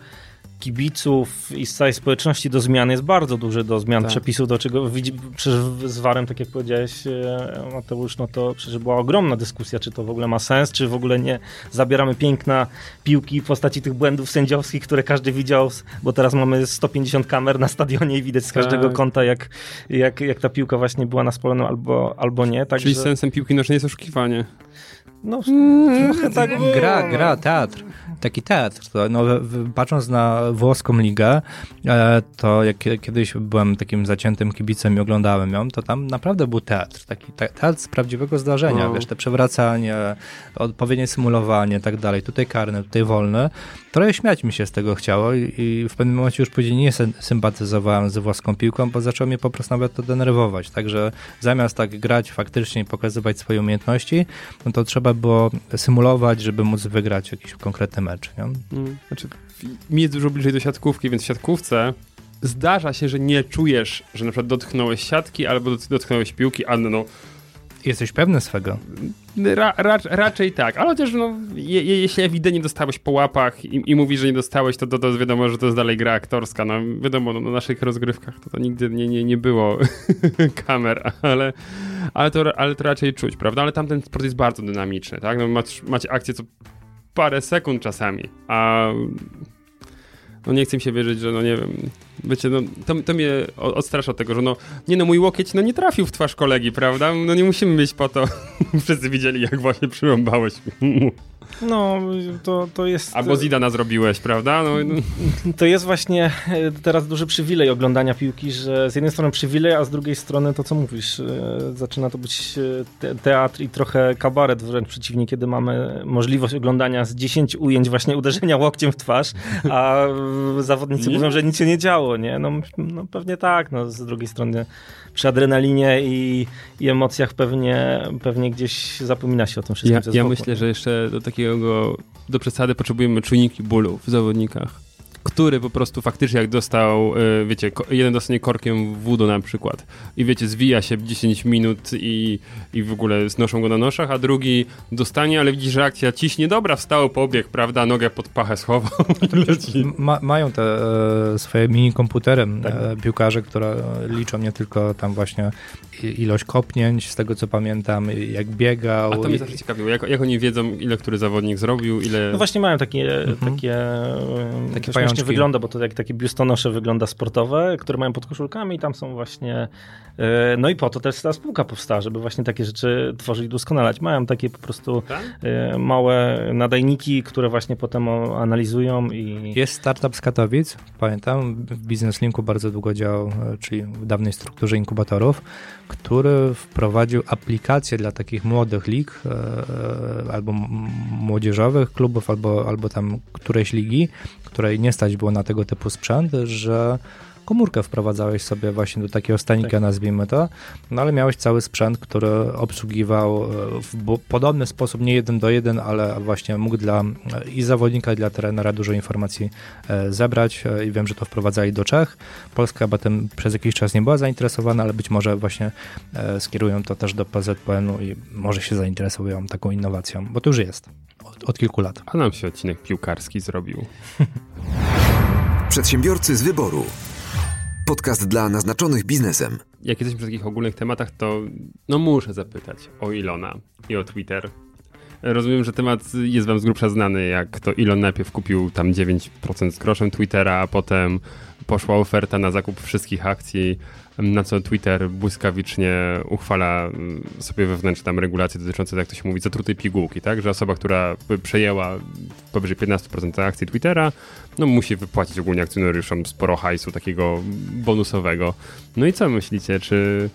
S3: kibiców i z całej społeczności do zmian jest bardzo duży, do zmian tak. przepisów, do czego widzi, przecież z warem, tak jak powiedziałeś, Mateusz, no to przecież była ogromna dyskusja, czy to w ogóle ma sens, czy w ogóle nie zabieramy piękna piłki w postaci tych błędów sędziowskich, które każdy widział, bo teraz mamy sto pięćdziesiąt kamer na stadionie i widać z każdego tak. kąta, jak, jak, jak ta piłka właśnie była na spalonym albo, albo nie. Tak,
S4: Czyli
S3: że...
S4: sensem piłki nożnej jest oszukiwanie.
S3: No, trochę tak było.
S2: Gra, gra, teatr. Taki teatr. To, no, patrząc na włoską ligę, e, to jak kiedyś byłem takim zaciętym kibicem i oglądałem ją, to tam naprawdę był teatr. Taki te, teatr z prawdziwego zdarzenia. No. Wiesz, te przewracanie, odpowiednie symulowanie i tak dalej. Tutaj karne, tutaj wolne. Trochę śmiać mi się z tego chciało i, i w pewnym momencie już później nie sympatyzowałem ze włoską piłką, bo zaczęło mnie po prostu nawet to denerwować. Także zamiast tak grać faktycznie i pokazywać swoje umiejętności, no to trzeba było symulować, żeby móc wygrać jakiś konkretny mecz. Nie?
S4: Hmm. Znaczy, mi jest dużo bliżej do siatkówki, więc w siatkówce zdarza się, że nie czujesz, że na przykład dotknąłeś siatki albo dotknąłeś piłki, a no...
S2: Jesteś pewny swego?
S4: Ra, ra, raczej tak, ale chociaż no, je, je, jeśli ewidentnie dostałeś po łapach i, i mówisz, że nie dostałeś, to, to, to wiadomo, że to jest dalej gra aktorska. No wiadomo, no, na naszych rozgrywkach to, to nigdy nie, nie, nie było kamer, ale, ale, to, ale to raczej czuć, prawda? Ale tamten sport jest bardzo dynamiczny, tak? No, macie, macie akcję co parę sekund czasami, a no nie chcę mi się wierzyć, że no nie wiem, wiecie, no to, to mnie odstrasza od tego, że no nie no mój łokieć no nie trafił w twarz kolegi, prawda? No nie musimy być po to, wszyscy widzieli jak właśnie przyrąbałeś.
S3: No, to, to jest...
S4: Albo Zidana zrobiłeś, prawda? No, no.
S3: To jest właśnie teraz duży przywilej oglądania piłki, że z jednej strony przywilej, a z drugiej strony to, co mówisz, zaczyna to być te- teatr i trochę kabaret, wręcz przeciwnie, kiedy mamy możliwość oglądania z dziesięciu ujęć właśnie uderzenia łokciem w twarz, a zawodnicy nie? mówią, że nic się nie działo, nie? No, no pewnie tak, no z drugiej strony przy adrenalinie i, i emocjach pewnie, pewnie gdzieś zapomina się o tym wszystkim.
S4: Ja, ja myślę, że jeszcze do takiego do przesady potrzebujemy czujniki bólu w zawodnikach, który po prostu faktycznie jak dostał, wiecie, jeden dostanie korkiem wódu na przykład i wiecie, zwija się dziesięć minut i, i w ogóle znoszą go na noszach, a drugi dostanie, ale widzisz, że akcja ciśnie, dobra, wstał, pobiegł, prawda, nogę pod pachę schował i leci.
S2: Ma, mają te e, swoje mini komputery tak. e, piłkarze, które liczą nie tylko tam właśnie ilość kopnięć, z tego co pamiętam, jak biegał.
S4: A to mnie zawsze ciekawiło, jak, jak oni wiedzą, ile który zawodnik zrobił, ile...
S3: No właśnie mają takie mhm. takie, takie pajączki. Wygląda, bo to jak takie biustonosze wygląda sportowe, które mają pod koszulkami i tam są właśnie no i po to też ta spółka powstała, żeby właśnie takie rzeczy tworzyć i doskonalać. Mają takie po prostu tak? małe nadajniki, które właśnie potem analizują i...
S2: Jest startup z Katowic, pamiętam, w Business Linku bardzo długo działał, czyli w dawnej strukturze inkubatorów, który wprowadził aplikację dla takich młodych lig albo młodzieżowych klubów, albo, albo tam którejś ligi, której nie stać było na tego typu sprzęt, że komórkę wprowadzałeś sobie właśnie do takiego stanika, tak. nazwijmy to, no ale miałeś cały sprzęt, który obsługiwał w podobny sposób, nie jeden do jeden, ale właśnie mógł dla i zawodnika, i dla trenera dużo informacji zebrać i wiem, że to wprowadzali do Czech. Polska chyba tym przez jakiś czas nie była zainteresowana, ale być może właśnie skierują to też do P Z P N u i może się zainteresują taką innowacją, bo to już jest od, od kilku lat.
S4: A nam się odcinek piłkarski zrobił.
S5: Przedsiębiorcy z wyboru. Podcast dla naznaczonych biznesem.
S4: Jak jesteśmy przy takich ogólnych tematach, to no muszę zapytać o Ilona i o Twitter. Rozumiem, że temat jest wam z grubsza znany, jak to Elon najpierw kupił tam dziewięć procent z groszem Twittera, a potem poszła oferta na zakup wszystkich akcji, na co Twitter błyskawicznie uchwala sobie wewnętrzne tam regulacje dotyczące, jak to się mówi, zatrutej pigułki, tak? Że osoba, która przejęła powyżej piętnaście procent akcji Twittera, no musi wypłacić ogólnie akcjonariuszom sporo hajsu takiego bonusowego. No i co myślicie, czy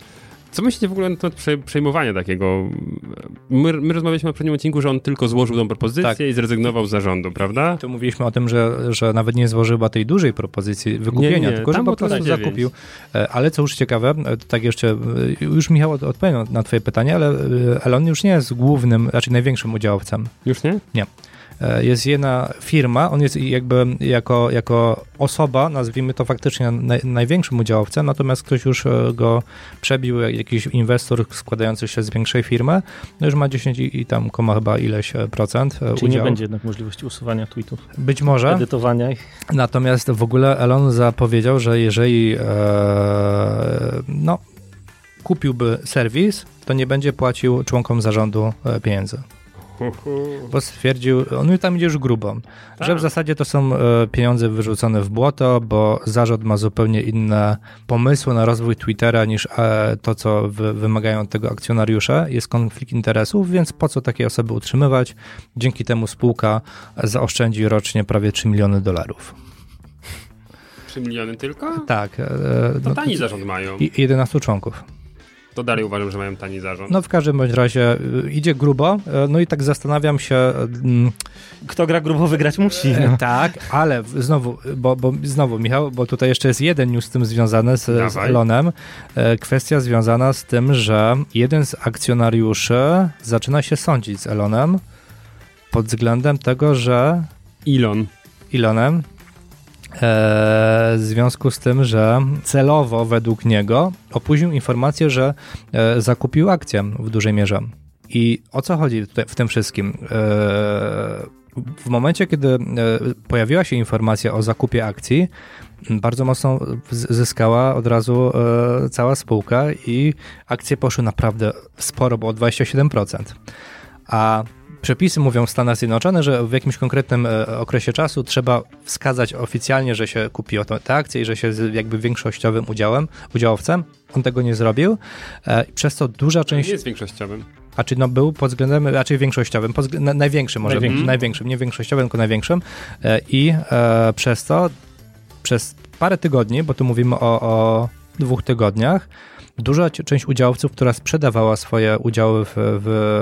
S4: Co myślicie w ogóle na temat przejmowania takiego? My, my rozmawialiśmy na poprzednim odcinku, że on tylko złożył tą propozycję tak. i zrezygnował z zarządu, prawda?
S2: Tu mówiliśmy o tym, że, że nawet nie złożył chyba tej dużej propozycji wykupienia, nie, nie, tylko że po prostu zakupił. Ale co już ciekawe, tak jeszcze, już Michał odpowiedział na twoje pytanie, ale Elon już nie jest głównym, znaczy największym udziałowcem.
S4: Już nie?
S2: Nie. Jest jedna firma, on jest jakby jako, jako osoba, nazwijmy to faktycznie naj, największym udziałowcem, natomiast ktoś już go przebił, jakiś inwestor składający się z większej firmy, no już ma dziesięć i, i tam koma chyba ileś procent
S3: Czyli
S2: udziału.
S3: nie będzie jednak możliwości usuwania tweetów.
S2: Być może.
S3: Edytowania ich.
S2: Natomiast w ogóle Elon zapowiedział, że jeżeli e, no, kupiłby serwis, to nie będzie płacił członkom zarządu e, pieniędzy. Bo stwierdził, on tam idzie już grubo, tak. że w zasadzie to są e, pieniądze wyrzucone w błoto, bo zarząd ma zupełnie inne pomysły na rozwój Twittera niż e, to, co wy, wymagają od tego akcjonariusze. Jest konflikt interesów, więc po co takie osoby utrzymywać? Dzięki temu spółka zaoszczędzi rocznie prawie trzy miliony dolarów.
S4: trzy miliony tylko?
S2: Tak. E,
S4: to
S2: no,
S4: tani zarząd mają.
S2: I jedenastu członków.
S4: To dalej uważam, że mają tani zarząd.
S2: No w każdym bądź razie idzie grubo, no i tak zastanawiam się...
S3: Kto gra grubo, wygrać musi. No.
S2: Tak, ale znowu, bo, bo znowu Michał, bo tutaj jeszcze jest jeden news z tym związany z, z Elonem. Kwestia związana z tym, że jeden z akcjonariuszy zaczyna się sądzić z Elonem pod względem tego, że...
S4: Elon.
S2: Elonem. W związku z tym, że celowo według niego opóźnił informację, że zakupił akcję w dużej mierze. I o co chodzi tutaj w tym wszystkim? W momencie, kiedy pojawiła się informacja o zakupie akcji, bardzo mocno zyskała od razu cała spółka i akcje poszły naprawdę sporo, bo o dwadzieścia siedem procent. A przepisy mówią w Stanach Zjednoczonych, że w jakimś konkretnym okresie czasu trzeba wskazać oficjalnie, że się kupi te akcje i że się jest jakby większościowym udziałem, udziałowcem. On tego nie zrobił. Przez to duża część...
S4: Nie jest większościowym.
S2: A czy no był pod względem, raczej większościowym, pod względem, największym może, największym. największym, nie większościowym, tylko największym. I e, przez to, przez parę tygodni, bo tu mówimy o, o dwóch tygodniach, duża część udziałowców, która sprzedawała swoje udziały w, w,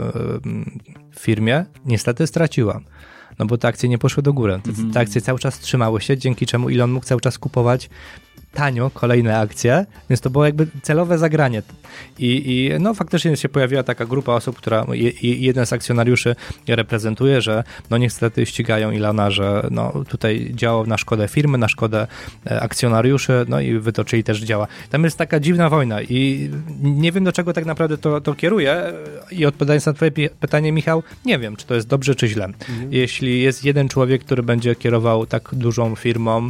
S2: w firmie, niestety straciła. No bo te akcje nie poszły do góry. Te, te akcje cały czas trzymały się, dzięki czemu Elon mógł cały czas kupować tanio kolejne akcje, więc to było jakby celowe zagranie. I, i no faktycznie się pojawiła taka grupa osób, która je, jeden z akcjonariuszy reprezentuje, że no niestety ścigają Elona, że no tutaj działał na szkodę firmy, na szkodę akcjonariuszy, no i wytoczyli też działa. Tam jest taka dziwna wojna i nie wiem, do czego tak naprawdę to, to kieruje i odpowiadając na twoje pytanie, Michał, nie wiem, czy to jest dobrze, czy źle. Mhm. Jeśli jest jeden człowiek, który będzie kierował tak dużą firmą,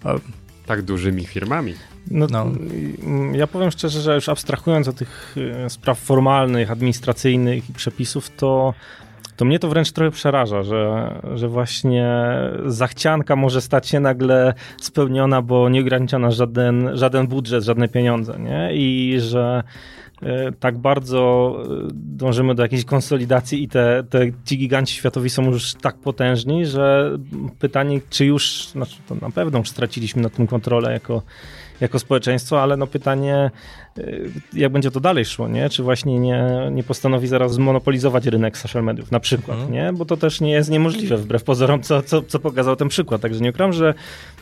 S4: tak dużymi firmami.
S3: No, no. Ja powiem szczerze, że już abstrahując od tych spraw formalnych, administracyjnych i przepisów, to, to mnie to wręcz trochę przeraża, że, że właśnie zachcianka może stać się nagle spełniona, bo nie ogranicza nas żaden, żaden budżet, żadne pieniądze, nie? I że tak bardzo dążymy do jakiejś konsolidacji i te, te ci giganci światowi są już tak potężni, że pytanie, czy już, znaczy to na pewno już straciliśmy nad tym kontrolę jako, jako społeczeństwo, ale no pytanie, jak będzie to dalej szło, nie? Czy właśnie nie, nie postanowi zaraz zmonopolizować rynek social mediów, na przykład, mhm. nie? Bo to też nie jest niemożliwe, wbrew pozorom, co, co, co pokazał ten przykład. Także nie ukrywam, że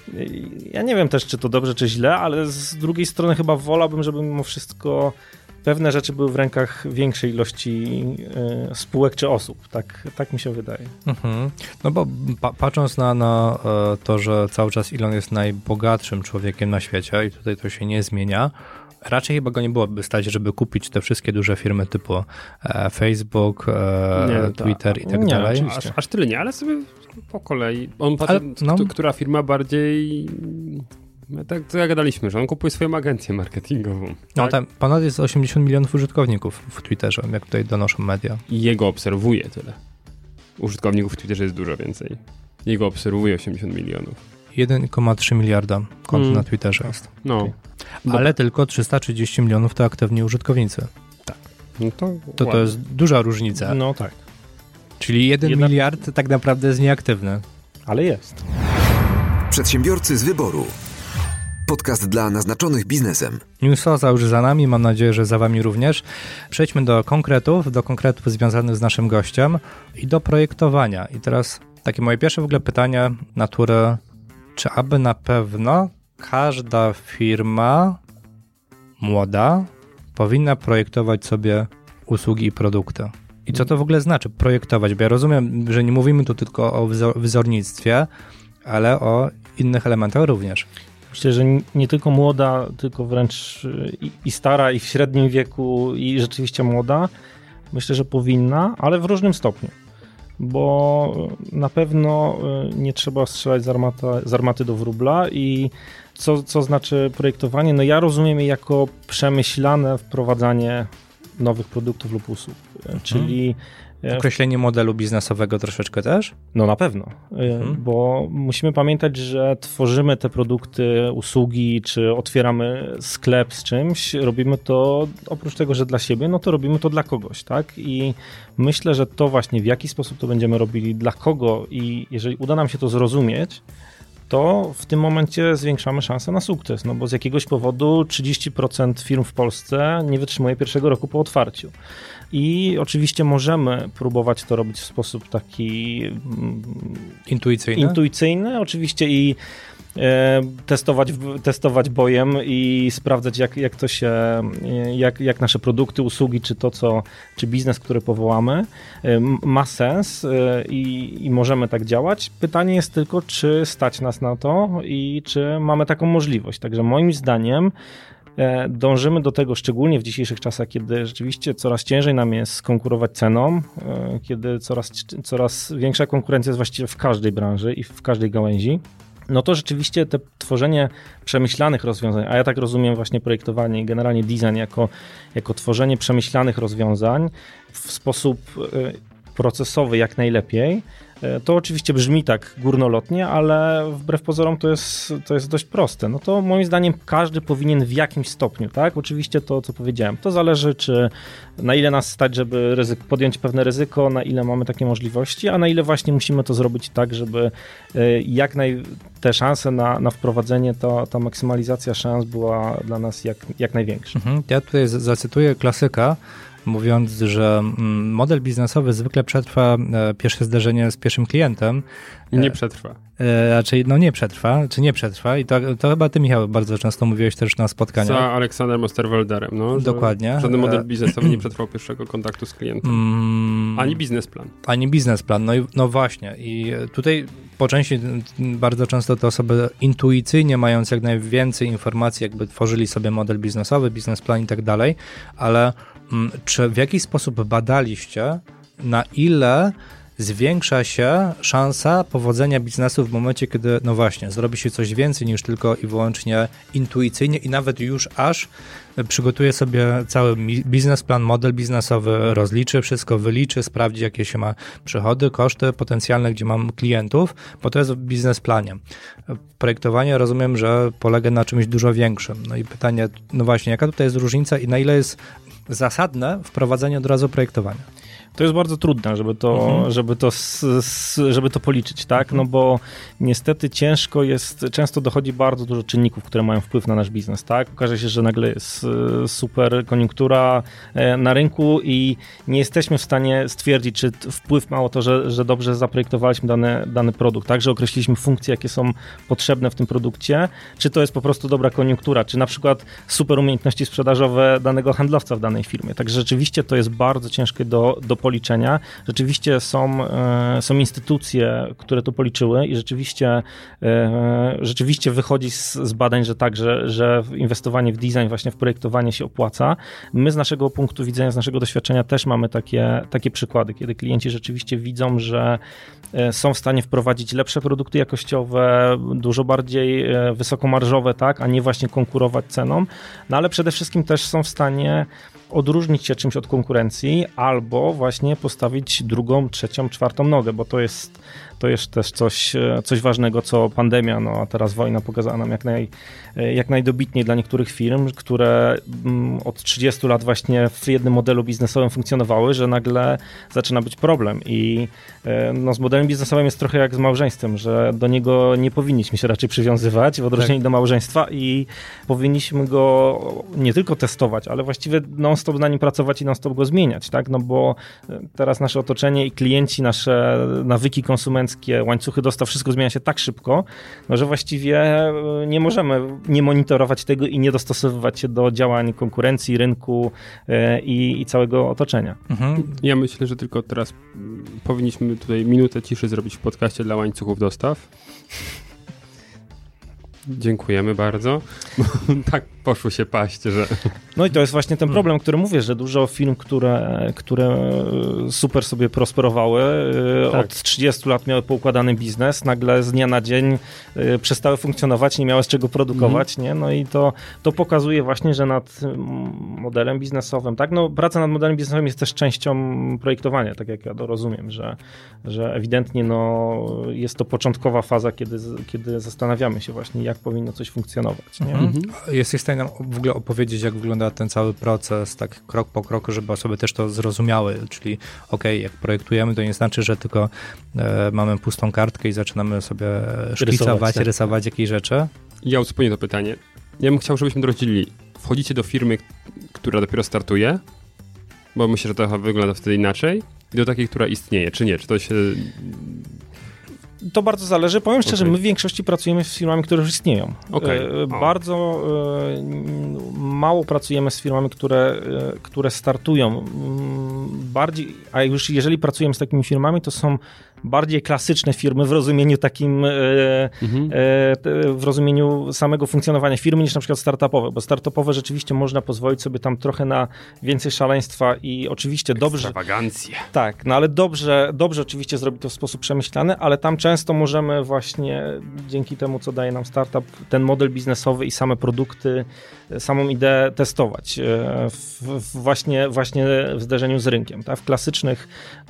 S3: ja nie wiem też, czy to dobrze, czy źle, ale z drugiej strony chyba wolałbym, żeby mimo wszystko pewne rzeczy były w rękach większej ilości y, spółek czy osób. Tak, tak mi się wydaje. Mhm.
S2: No bo pa- patrząc na, na y, to, że cały czas Elon jest najbogatszym człowiekiem na świecie i tutaj to się nie zmienia, raczej chyba go nie byłoby stać, żeby kupić te wszystkie duże firmy typu e, Facebook, e, nie, Twitter i tak
S4: nie,
S2: dalej.
S4: Aż, aż tyle nie, ale sobie po kolei. On patrzy, ale, no. k- która firma bardziej... Tak, to jak gadaliśmy, że on kupuje swoją agencję marketingową. Tak?
S2: No tam ponad jest osiemdziesiąt milionów użytkowników w Twitterze, jak tutaj donoszą media.
S4: I jego obserwuje tyle. Użytkowników w Twitterze jest dużo więcej. Jego obserwuje osiemdziesiąt milionów.
S2: jeden przecinek trzy miliarda kont hmm. na Twitterze jest.
S4: No.
S2: Okay. Ale tylko trzysta trzydzieści milionów to aktywni użytkownicy.
S4: Tak. No to,
S2: to, to jest duża różnica.
S3: No tak.
S2: Czyli jeden Jedna... miliard tak naprawdę jest nieaktywny.
S3: Ale jest.
S5: Przedsiębiorcy z wyboru. Podcast dla naznaczonych biznesem.
S2: Newsoza już za nami, mam nadzieję, że za wami również. Przejdźmy do konkretów, do konkretów związanych z naszym gościem i do projektowania. I teraz takie moje pierwsze w ogóle pytanie natury, czy aby na pewno każda firma młoda powinna projektować sobie usługi i produkty? I co to w ogóle znaczy projektować? Bo ja rozumiem, że nie mówimy tu tylko o wzornictwie, ale o innych elementach również.
S3: Myślę, że nie tylko młoda, tylko wręcz i, i stara, i w średnim wieku, i rzeczywiście młoda. Myślę, że powinna, ale w różnym stopniu. Bo na pewno nie trzeba strzelać z, armata, z armaty do wróbla. I co, co znaczy projektowanie? No ja rozumiem je jako przemyślane wprowadzanie nowych produktów lub usług. Mhm. Czyli
S2: określenie modelu biznesowego troszeczkę też?
S3: No na pewno, mhm. bo musimy pamiętać, że tworzymy te produkty, usługi, czy otwieramy sklep z czymś, robimy to oprócz tego, że dla siebie, no to robimy to dla kogoś, tak? I myślę, że to właśnie w jaki sposób to będziemy robili, dla kogo i jeżeli uda nam się to zrozumieć, to w tym momencie zwiększamy szanse na sukces, no bo z jakiegoś powodu trzydzieści procent firm w Polsce nie wytrzymuje pierwszego roku po otwarciu. I oczywiście możemy próbować to robić w sposób taki
S2: intuicyjny,
S3: intuicyjny oczywiście i e, testować, testować bojem i sprawdzać jak, jak to się, jak, jak nasze produkty, usługi, czy to co, czy biznes, który powołamy e, ma sens e, i, i możemy tak działać. Pytanie jest tylko, czy stać nas na to i czy mamy taką możliwość. Także moim zdaniem dążymy do tego, szczególnie w dzisiejszych czasach, kiedy rzeczywiście coraz ciężej nam jest konkurować ceną, kiedy coraz, coraz większa konkurencja jest właściwie w każdej branży i w każdej gałęzi, no to rzeczywiście te tworzenie przemyślanych rozwiązań, a ja tak rozumiem właśnie projektowanie i generalnie design jako, jako tworzenie przemyślanych rozwiązań w sposób procesowy jak najlepiej, to oczywiście brzmi tak górnolotnie, ale wbrew pozorom to jest, to jest dość proste. No to moim zdaniem każdy powinien w jakimś stopniu, tak? Oczywiście to, co powiedziałem, to zależy, czy na ile nas stać, żeby ryzyko, podjąć pewne ryzyko, na ile mamy takie możliwości, a na ile właśnie musimy to zrobić tak, żeby jak naj, te szanse na, na wprowadzenie, to, ta maksymalizacja szans była dla nas jak, jak największa.
S2: Mhm. Ja tutaj zacytuję klasyka, mówiąc, że model biznesowy zwykle przetrwa pierwsze zderzenie z pierwszym klientem.
S4: I nie przetrwa.
S2: Raczej, no nie przetrwa, czy nie przetrwa. I to, to chyba ty, Michał, bardzo często mówiłeś też na spotkaniach.
S4: Za Aleksanderem Osterwalderem, no.
S2: Dokładnie.
S4: Żaden model biznesowy nie przetrwał pierwszego kontaktu z klientem. Mm, ani biznesplan.
S2: Ani biznesplan, no, i, no właśnie. I tutaj po części bardzo często te osoby intuicyjnie, mając jak najwięcej informacji, jakby tworzyli sobie model biznesowy, biznesplan i tak dalej, ale czy w jakiś sposób badaliście, na ile zwiększa się szansa powodzenia biznesu w momencie, kiedy, no właśnie, zrobi się coś więcej niż tylko i wyłącznie intuicyjnie i nawet już aż przygotuje sobie cały biznesplan, model biznesowy, rozliczy wszystko, wyliczy, sprawdzi, jakie się ma przychody, koszty potencjalne, gdzie mam klientów, bo to jest w biznesplanie. Projektowanie, rozumiem, że polega na czymś dużo większym. No i pytanie, no właśnie, jaka tutaj jest różnica i na ile jest zasadne wprowadzenie od razu projektowania?
S3: To jest bardzo trudne, żeby to, mhm. żeby to, żeby to policzyć, tak? No bo niestety ciężko jest, często dochodzi bardzo dużo czynników, które mają wpływ na nasz biznes, tak? Okaże się, że nagle jest super koniunktura na rynku i nie jesteśmy w stanie stwierdzić, czy wpływ mało to, że, że dobrze zaprojektowaliśmy dany, dany produkt, tak? Że określiliśmy funkcje, jakie są potrzebne w tym produkcie, czy to jest po prostu dobra koniunktura, czy na przykład super umiejętności sprzedażowe danego handlowca w danej firmie. Także rzeczywiście to jest bardzo ciężkie do, do policzenia. Rzeczywiście są, e, są instytucje, które to policzyły i rzeczywiście, e, rzeczywiście wychodzi z, z badań, że tak, że, że inwestowanie w design, właśnie w projektowanie się opłaca. My z naszego punktu widzenia, z naszego doświadczenia też mamy takie, takie przykłady, kiedy klienci rzeczywiście widzą, że są w stanie wprowadzić lepsze produkty jakościowe, dużo bardziej wysokomarżowe, tak, a nie właśnie konkurować ceną, no ale przede wszystkim też są w stanie odróżnić się czymś od konkurencji albo właśnie postawić drugą, trzecią, czwartą nogę, bo to jest, to jest też coś, coś ważnego, co pandemia, no a teraz wojna pokazała nam jak, naj, jak najdobitniej dla niektórych firm, które od trzydziestu lat właśnie w jednym modelu biznesowym funkcjonowały, że nagle zaczyna być problem i no, z modelem biznesowym jest trochę jak z małżeństwem, że do niego nie powinniśmy się raczej przywiązywać w odróżnieniu tak. do małżeństwa i powinniśmy go nie tylko testować, ale właściwie non-stop na nim pracować i non-stop go zmieniać, tak? No bo teraz nasze otoczenie i klienci, nasze nawyki konsumenckie, łańcuchy dostaw, wszystko zmienia się tak szybko, no, że właściwie nie możemy nie monitorować tego i nie dostosowywać się do działań konkurencji, rynku i, i całego otoczenia.
S4: Mhm. Ja myślę, że tylko teraz powinniśmy tutaj minutę ciszy zrobić w podcaście dla łańcuchów dostaw. Dziękujemy bardzo. Tak poszło się paść, że...
S3: No i to jest właśnie ten problem, który mówię, że dużo firm, które, które super sobie prosperowały, tak. od trzydziestu lat miały poukładany biznes, nagle z dnia na dzień przestały funkcjonować, nie miały z czego produkować, mm. nie? No i to, to pokazuje właśnie, że nad modelem biznesowym, tak? No praca nad modelem biznesowym jest też częścią projektowania, tak jak ja to rozumiem, że, że ewidentnie no, jest to początkowa faza, kiedy, kiedy zastanawiamy się właśnie, jak powinno coś funkcjonować. Nie?
S2: Mhm. Jesteś w stanie nam w ogóle opowiedzieć, jak wygląda ten cały proces, tak krok po kroku, żeby osoby też to zrozumiały, czyli okej, okay, jak projektujemy, to nie znaczy, że tylko e, mamy pustą kartkę i zaczynamy sobie szkicować, rysować, tak. rysować jakieś rzeczy.
S4: Ja uzupełnię to pytanie. Ja bym chciał, żebyśmy to rozdzielili. Wchodzicie do firmy, która dopiero startuje, bo myślę, że to wygląda wtedy inaczej, i do takiej, która istnieje, czy nie? Czy to się...
S3: To bardzo zależy. Powiem szczerze, okay. my w większości pracujemy z firmami, które już istnieją.
S4: Okay.
S3: Bardzo mało pracujemy z firmami, które, które startują. Bardziej, a już jeżeli pracujemy z takimi firmami, to są bardziej klasyczne firmy w rozumieniu takim, mhm. w rozumieniu samego funkcjonowania firmy niż na przykład startupowe, bo startupowe rzeczywiście można pozwolić sobie tam trochę na więcej szaleństwa i oczywiście dobrze...
S4: Ekstrawagancję.
S3: Tak, no ale dobrze, dobrze oczywiście zrobić to w sposób przemyślany, ale tam często możemy właśnie dzięki temu, co daje nam startup, ten model biznesowy i same produkty, samą ideę testować w, w właśnie, właśnie w zderzeniu z rynkiem. Tak? W klasycznych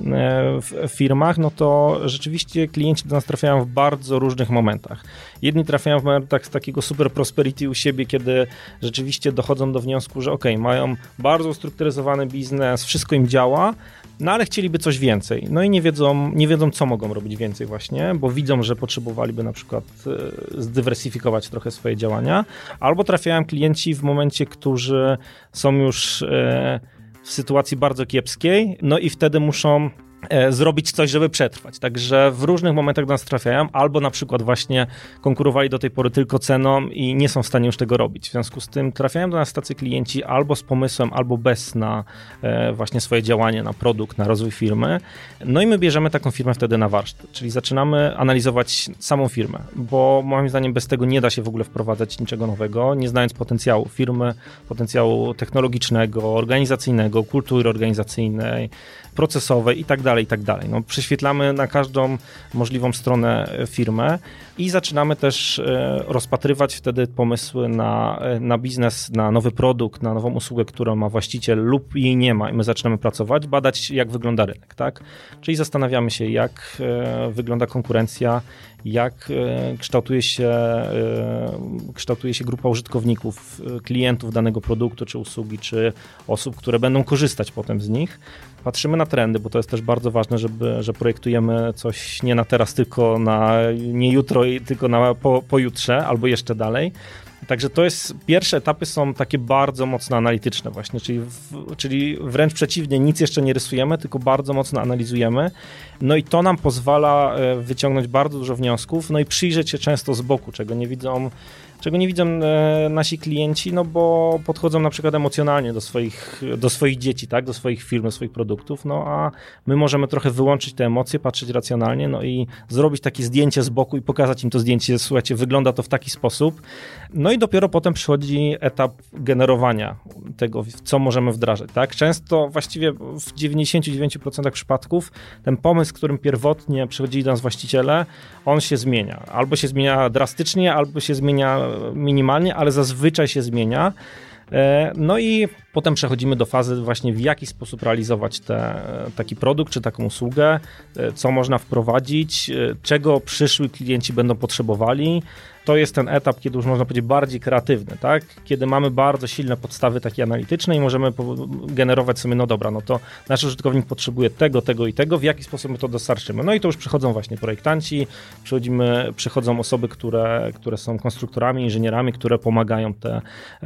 S3: w firmach, no to rzeczywiście klienci do nas trafiają w bardzo różnych momentach. Jedni trafiają w momentach z takiego super prosperity u siebie, kiedy rzeczywiście dochodzą do wniosku, że okej, okay, mają bardzo ustrukturyzowany biznes, wszystko im działa, no ale chcieliby coś więcej. No i nie wiedzą, nie wiedzą, co mogą robić więcej właśnie, bo widzą, że potrzebowaliby na przykład zdywersyfikować trochę swoje działania, albo trafiają klienci w momencie, którzy są już w sytuacji bardzo kiepskiej, no i wtedy muszą zrobić coś, żeby przetrwać. Także w różnych momentach do nas trafiają, albo na przykład właśnie konkurowali do tej pory tylko ceną i nie są w stanie już tego robić. W związku z tym trafiają do nas tacy klienci albo z pomysłem, albo bez na właśnie swoje działanie, na produkt, na rozwój firmy. No i my bierzemy taką firmę wtedy na warsztat, czyli zaczynamy analizować samą firmę, bo moim zdaniem bez tego nie da się w ogóle wprowadzać niczego nowego, nie znając potencjału firmy, potencjału technologicznego, organizacyjnego, kultury organizacyjnej, procesowej i tak dalej, i tak dalej. No, prześwietlamy na każdą możliwą stronę firmę i zaczynamy też rozpatrywać wtedy pomysły na, na biznes, na nowy produkt, na nową usługę, którą ma właściciel lub jej nie ma i my zaczynamy pracować, badać jak wygląda rynek, tak? Czyli zastanawiamy się, jak wygląda konkurencja, jak kształtuje się, kształtuje się grupa użytkowników, klientów danego produktu czy usługi, czy osób, które będą korzystać potem z nich. Patrzymy na trendy, bo to jest też bardzo ważne, żeby, że projektujemy coś nie na teraz, tylko na nie jutro, tylko na po, pojutrze albo jeszcze dalej. Także to jest, pierwsze etapy są takie bardzo mocno analityczne właśnie, czyli, w, czyli wręcz przeciwnie, nic jeszcze nie rysujemy, tylko bardzo mocno analizujemy. No i to nam pozwala wyciągnąć bardzo dużo wniosków, no i przyjrzeć się często z boku, czego nie widzą czego nie widzą e, nasi klienci, no bo podchodzą na przykład emocjonalnie do swoich, do swoich dzieci, tak, do swoich firm, do swoich produktów, no a my możemy trochę wyłączyć te emocje, patrzeć racjonalnie, no i zrobić takie zdjęcie z boku i pokazać im to zdjęcie, słuchajcie, wygląda to w taki sposób, no i dopiero potem przychodzi etap generowania tego, co możemy wdrażać, tak. Często, właściwie w dziewięćdziesiąt dziewięć procent przypadków ten pomysł, którym pierwotnie przychodzili do nas właściciele, on się zmienia. Albo się zmienia drastycznie, albo się zmienia minimalnie, ale zazwyczaj się zmienia. No i potem przechodzimy do fazy właśnie w jaki sposób realizować te, taki produkt czy taką usługę, co można wprowadzić, czego przyszły klienci będą potrzebowali. To jest ten etap, kiedy już można powiedzieć bardziej kreatywny, tak? Kiedy mamy bardzo silne podstawy takie analityczne i możemy generować sobie, no dobra, no to nasz użytkownik potrzebuje tego, tego i tego, w jaki sposób my to dostarczymy. No i to już przychodzą właśnie projektanci, przychodzimy, przychodzą osoby, które, które są konstruktorami, inżynierami, które pomagają te,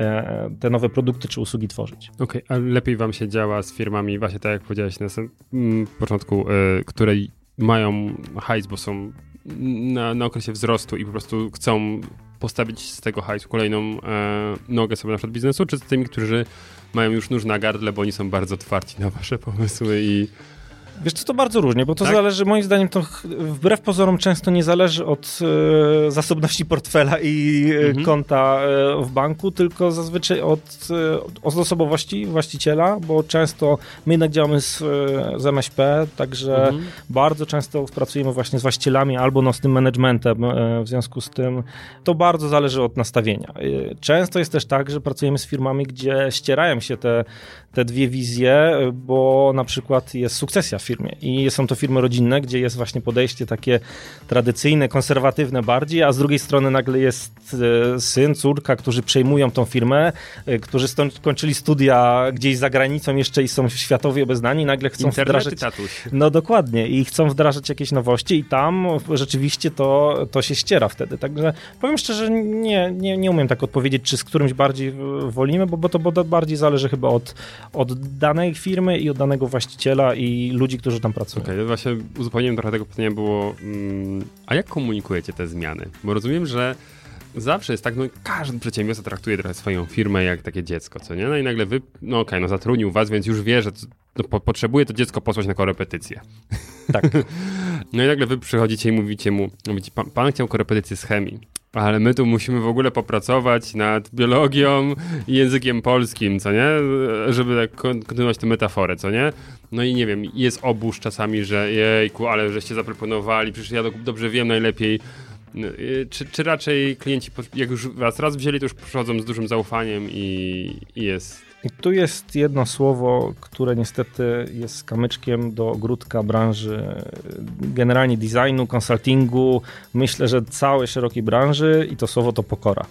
S3: te nowe produkty czy usługi tworzyć.
S4: Okej, okay, a lepiej wam się działa z firmami, właśnie tak jak powiedziałeś na samym początku, które mają hajs, bo są Na, na okresie wzrostu i po prostu chcą postawić z tego hajsu kolejną e, nogę sobie na przykład biznesu, czy z tymi, którzy mają już nóż na gardle, bo oni są bardzo otwarci na wasze pomysły i...
S3: Wiesz co, to bardzo różnie, bo to
S4: tak?
S3: zależy, moim zdaniem to wbrew pozorom często nie zależy od e, zasobności portfela i e, mhm. konta e, w banku, tylko zazwyczaj od, e, od osobowości właściciela, bo często my jednak działamy z, z M S P, także mhm. bardzo często pracujemy właśnie z właścicielami albo no, z tym managementem, e, w związku z tym to bardzo zależy od nastawienia. E, często jest też tak, że pracujemy z firmami, gdzie ścierają się te, te dwie wizje, bo na przykład jest sukcesja w firmie i są to firmy rodzinne, gdzie jest właśnie podejście takie tradycyjne, konserwatywne bardziej, a z drugiej strony nagle jest syn, córka, którzy przejmują tą firmę, którzy skończyli studia gdzieś za granicą jeszcze i są światowi obeznani i nagle chcą
S4: Internet
S3: wdrażać...
S4: tatuś.
S3: No dokładnie i chcą wdrażać jakieś nowości i tam rzeczywiście to, to się ściera wtedy. Także powiem szczerze, nie, nie, nie umiem tak odpowiedzieć, czy z którymś bardziej wolimy, bo, bo to bo bardziej zależy chyba od, od danej firmy i od danego właściciela i ludzi, którzy tam pracują.
S4: Okej, okay, właśnie uzupełnieniem trochę tego pytania było, mm, a jak komunikujecie te zmiany? Bo rozumiem, że zawsze jest tak, no każdy przedsiębiorca traktuje trochę swoją firmę jak takie dziecko, co nie? No i nagle wy, no okej, okay, no zatrudnił was, więc już wie, że no, po, potrzebuje to dziecko posłać na korepetycję.
S3: Tak.
S4: No i nagle wy przychodzicie i mówicie mu, mówicie, pan, pan chciał korepetycję z chemii, ale my tu musimy w ogóle popracować nad biologią i językiem polskim, co nie? Żeby tak kontynuować tę metaforę, co nie? No i nie wiem, jest obóz czasami, że jejku, ale żeście zaproponowali, przecież ja do, dobrze wiem najlepiej. Czy, czy raczej klienci, jak już was raz wzięli, to już przychodzą z dużym zaufaniem i, i jest...
S3: I tu jest jedno słowo, które niestety jest kamyczkiem do ogródka branży generalnie designu, konsultingu, myślę, że całej szerokiej branży i to słowo to pokora.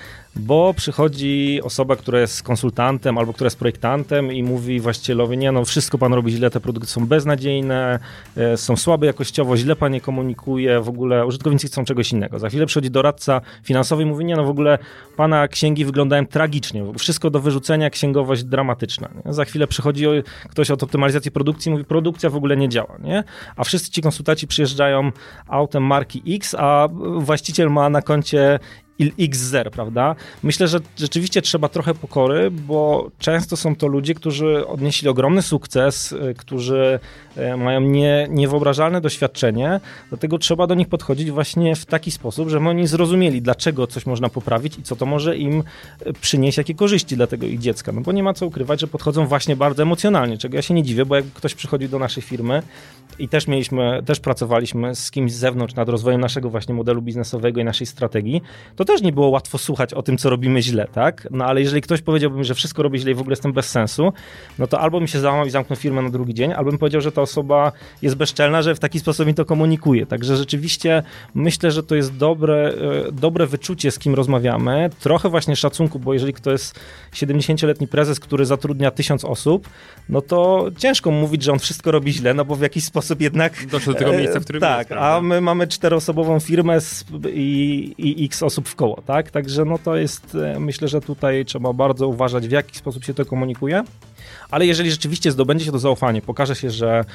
S3: Bo przychodzi osoba, która jest konsultantem albo która jest projektantem i mówi właścicielowi, nie no, wszystko pan robi źle, te produkty są beznadziejne, są słabe jakościowo, źle pan je komunikuje, w ogóle użytkownicy chcą czegoś innego. Za chwilę przychodzi doradca finansowy i mówi, nie no, w ogóle pana księgi wyglądają tragicznie, wszystko do wyrzucenia, księgowość dramatyczna. Nie? Za chwilę przychodzi ktoś od optymalizacji produkcji i mówi, produkcja w ogóle nie działa, nie? A wszyscy ci konsultanci przyjeżdżają autem marki X, a właściciel ma na koncie iks zero, prawda? Myślę, że rzeczywiście trzeba trochę pokory, bo często są to ludzie, którzy odnieśli ogromny sukces, którzy mają nie, niewyobrażalne doświadczenie, dlatego trzeba do nich podchodzić właśnie w taki sposób, żeby oni zrozumieli, dlaczego coś można poprawić i co to może im przynieść, jakie korzyści dla tego ich dziecka. No bo nie ma co ukrywać, że podchodzą właśnie bardzo emocjonalnie, czego ja się nie dziwię, bo jak ktoś przychodził do naszej firmy i też mieliśmy, też pracowaliśmy z kimś z zewnątrz nad rozwojem naszego właśnie modelu biznesowego i naszej strategii, to też nie było łatwo słuchać o tym, co robimy źle, tak? No ale jeżeli ktoś powiedziałby mi, że wszystko robi źle i w ogóle jestem bez sensu, no to albo mi się załamał i zamknął firmę na drugi dzień, albo bym powiedział, że ta osoba jest bezczelna, że w taki sposób mi to komunikuje. Także rzeczywiście myślę, że to jest dobre, dobre wyczucie, z kim rozmawiamy. Trochę właśnie szacunku, bo jeżeli ktoś jest siedemdziesięcioletni prezes, który zatrudnia tysiąc osób, no to ciężko mówić, że on wszystko robi źle, no bo w jakiś sposób jednak...
S4: Doszło do tego miejsca, w którym
S3: tak,
S4: jest,
S3: a my mamy czteroosobową firmę z, i, i x osób w koło, tak? Także no to jest, myślę, że tutaj trzeba bardzo uważać, w jaki sposób się to komunikuje. Ale jeżeli rzeczywiście zdobędzie się to zaufanie, pokaże się, że,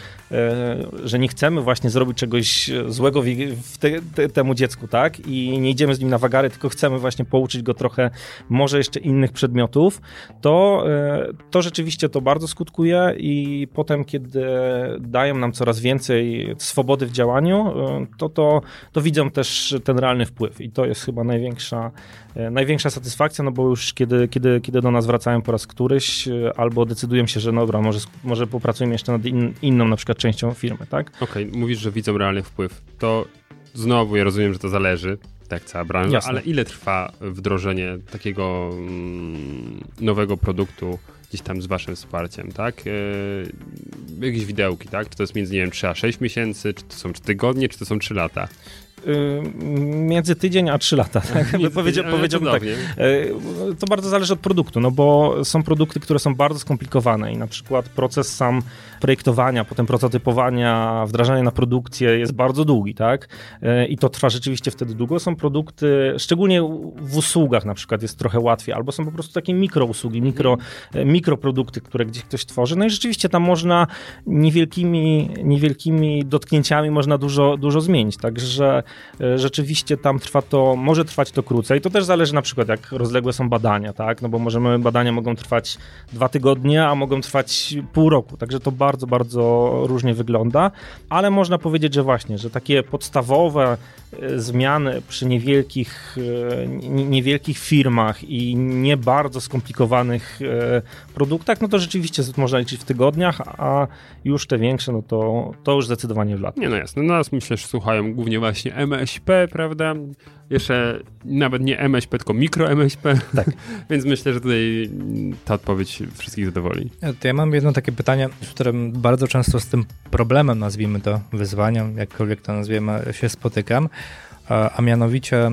S3: że nie chcemy właśnie zrobić czegoś złego w te, te, temu dziecku, tak? I nie idziemy z nim na wagary, tylko chcemy właśnie pouczyć go trochę może jeszcze innych przedmiotów, to, to rzeczywiście to bardzo skutkuje i potem, kiedy dają nam coraz więcej swobody w działaniu, to, to, to widzą też ten realny wpływ i to jest chyba największa, największa satysfakcja, no bo już kiedy, kiedy, kiedy do nas wracają po raz któryś albo decydują się, że dobra, może, może popracujemy jeszcze nad in, inną na przykład częścią firmy, tak?
S4: Okej, okay, mówisz, że widzą realny wpływ. To znowu ja rozumiem, że to zależy. tak cała branża,
S3: Jasne.
S4: ale ile trwa wdrożenie takiego mm, nowego produktu gdzieś tam z waszym wsparciem, tak? Yy, jakieś widełki, tak? Czy to jest między, nie wiem, trzy a sześć miesięcy, czy to są tygodnie, czy to są trzy lata?
S3: Między tydzień a trzy lata. Tak? Powiedział,
S4: tydzień,
S3: powiedziałbym tak. To bardzo zależy od produktu, no bo są produkty, które są bardzo skomplikowane i na przykład proces sam projektowania, potem prototypowania, wdrażania na produkcję jest bardzo długi, tak? I to trwa rzeczywiście wtedy długo. Są produkty, szczególnie w usługach na przykład jest trochę łatwiej, albo są po prostu takie mikrousługi, mikro, mikroprodukty, które gdzieś ktoś tworzy. No i rzeczywiście tam można niewielkimi, niewielkimi dotknięciami można dużo, dużo zmienić, także rzeczywiście tam trwa to, może trwać to krócej. To też zależy na przykład, jak rozległe są badania, tak? No bo możemy, badania mogą trwać dwa tygodnie, a mogą trwać pół roku. Także to bardzo, bardzo różnie wygląda. Ale można powiedzieć, że właśnie, że takie podstawowe zmiany przy niewielkich, niewielkich firmach i nie bardzo skomplikowanych produktach, no to rzeczywiście można liczyć w tygodniach, a już te większe, no to, to już zdecydowanie w latach.
S4: Nie, no jasne. Nas myślę, że słuchają głównie właśnie M S P, prawda? Jeszcze nawet nie M S P, tylko mikro M S P. Tak. Więc myślę, że tutaj ta odpowiedź wszystkich zadowoli.
S2: To ja mam jedno takie pytanie, z którym bardzo często z tym problemem, nazwijmy to wyzwaniem, jakkolwiek to nazwiemy, się spotykam, a mianowicie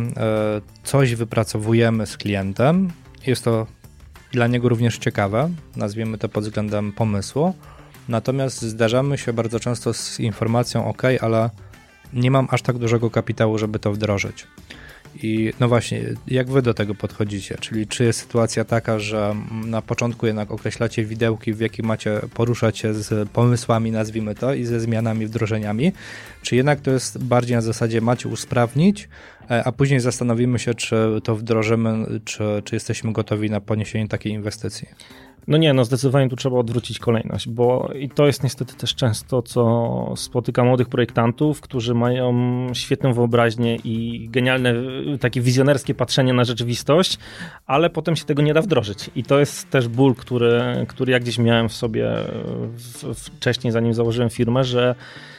S2: coś wypracowujemy z klientem. Jest to dla niego również ciekawe, nazwijmy to pod względem pomysłu, natomiast zdarzamy się bardzo często z informacją, ok, ale nie mam aż tak dużego kapitału, żeby to wdrożyć. I no właśnie, jak wy do tego podchodzicie? Czyli czy jest sytuacja taka, że na początku jednak określacie widełki, w jakich macie poruszać się z pomysłami, nazwijmy to, i ze zmianami, wdrożeniami, czy jednak to jest bardziej na zasadzie macie usprawnić, a później zastanowimy się, czy to wdrożymy, czy, czy jesteśmy gotowi na poniesienie takiej inwestycji?
S3: No nie, no zdecydowanie tu trzeba odwrócić kolejność, bo i to jest niestety też często, co spotyka młodych projektantów, którzy mają świetną wyobraźnię i genialne, takie wizjonerskie patrzenie na rzeczywistość, ale potem się tego nie da wdrożyć. I to jest też ból, który, który ja gdzieś miałem w sobie w, wcześniej, zanim założyłem firmę, że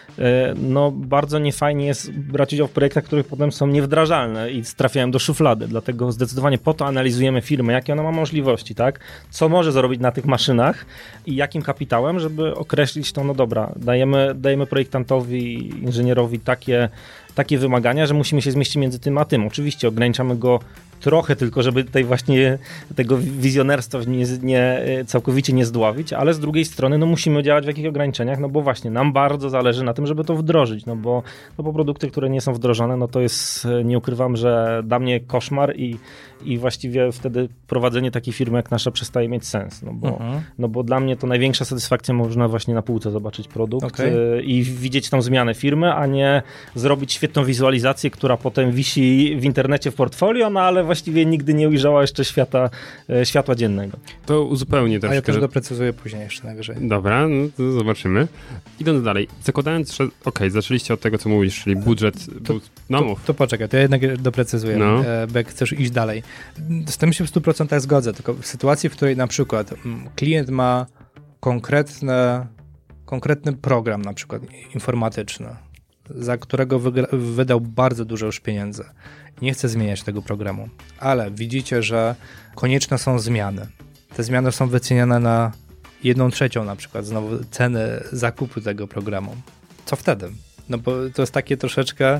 S3: no bardzo niefajnie jest brać udział w projektach, które potem są niewdrażalne i trafiają do szuflady, dlatego zdecydowanie po to analizujemy firmę, jakie ona ma możliwości, tak? Co może zrobić na tych maszynach i jakim kapitałem, żeby określić to, no dobra, dajemy, dajemy projektantowi, inżynierowi takie, takie wymagania, że musimy się zmieścić między tym a tym. Oczywiście ograniczamy go trochę tylko, żeby tej właśnie tego wizjonerstwa nie, nie, całkowicie nie zdławić, ale z drugiej strony no musimy działać w jakichś ograniczeniach, no bo właśnie nam bardzo zależy na tym, żeby to wdrożyć, no bo, no bo produkty, które nie są wdrożone, no to jest, nie ukrywam, że dla mnie koszmar i, i właściwie wtedy prowadzenie takiej firmy jak nasza przestaje mieć sens, no bo, uh-huh. no bo dla mnie to największa satysfakcja, można właśnie na półce zobaczyć produkt okay. i widzieć tą zmianę firmy, a nie zrobić świetną wizualizację, która potem wisi w internecie w portfolio, no ale właściwie nigdy nie ujrzała jeszcze świata, światła dziennego.
S4: To uzupełnię troszkę.
S2: A ja też doprecyzuję później jeszcze najwyżej.
S4: Dobra, no to zobaczymy. Idąc dalej, zakładając, że okej, okay, zaczęliście od tego, co mówisz, czyli budżet...
S2: To,
S4: był, no
S2: to,
S4: mów.
S2: to poczekaj, to ja jednak doprecyzuję, no. Bo jak chcesz iść dalej. Z tym się w stu procentach zgodzę, tylko w sytuacji, w której na przykład klient ma konkretne, konkretny program na przykład informatyczny, za którego wygra, wydał bardzo dużo już pieniędzy. Nie chce zmieniać tego programu, ale widzicie, że konieczne są zmiany. Te zmiany są wyceniane na jedną trzecią na przykład znowu ceny zakupu tego programu. Co wtedy? No bo to jest takie troszeczkę...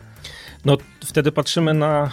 S3: No wtedy patrzymy na,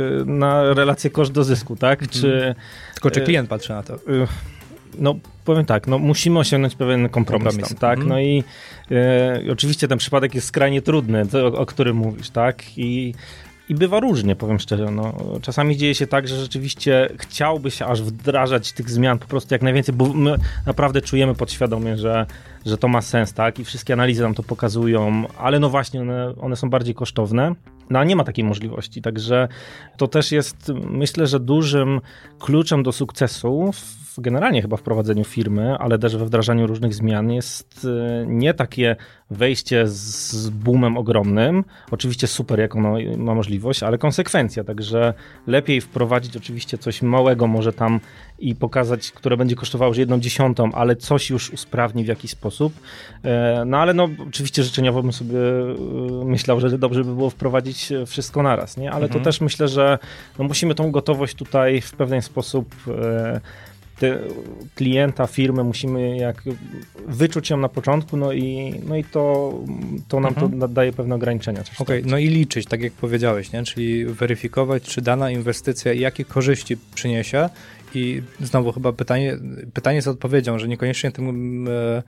S3: na relację koszt do zysku, tak? Hmm. Czy,
S2: Tylko czy klient patrzy na to?
S3: No powiem tak, no musimy osiągnąć pewien kompromis, kompromis. Tam, tak? Hmm. No i e, oczywiście ten przypadek jest skrajnie trudny, to, o, o którym mówisz, tak? I I bywa różnie, powiem szczerze. No, czasami dzieje się tak, że rzeczywiście chciałby się aż wdrażać tych zmian po prostu jak najwięcej, bo my naprawdę czujemy podświadomie, że, że to ma sens, tak? I wszystkie analizy nam to pokazują, ale no właśnie, one, one są bardziej kosztowne. No a nie ma takiej możliwości, także to też jest, myślę, że dużym kluczem do sukcesu w, generalnie chyba w prowadzeniu firmy, ale też we wdrażaniu różnych zmian jest nie takie wejście z boomem ogromnym, oczywiście super, jak ono ma możliwość, ale konsekwencja, także lepiej wprowadzić oczywiście coś małego, może tam i pokazać, które będzie kosztowało już jedną dziesiątą, ale coś już usprawni w jakiś sposób. No ale no oczywiście życzeniowo bym sobie myślał, że dobrze by było wprowadzić wszystko naraz, nie? Ale mhm. to też myślę, że no musimy tą gotowość tutaj w pewien sposób te klienta, firmy musimy jak wyczuć ją na początku, no i, no i to, to nam mhm. to daje pewne ograniczenia.
S2: Okej, okay, no i liczyć, tak jak powiedziałeś, nie? Czyli weryfikować, czy dana inwestycja jakie korzyści przyniesie i znowu chyba pytanie, pytanie z odpowiedzią, że niekoniecznie tym e,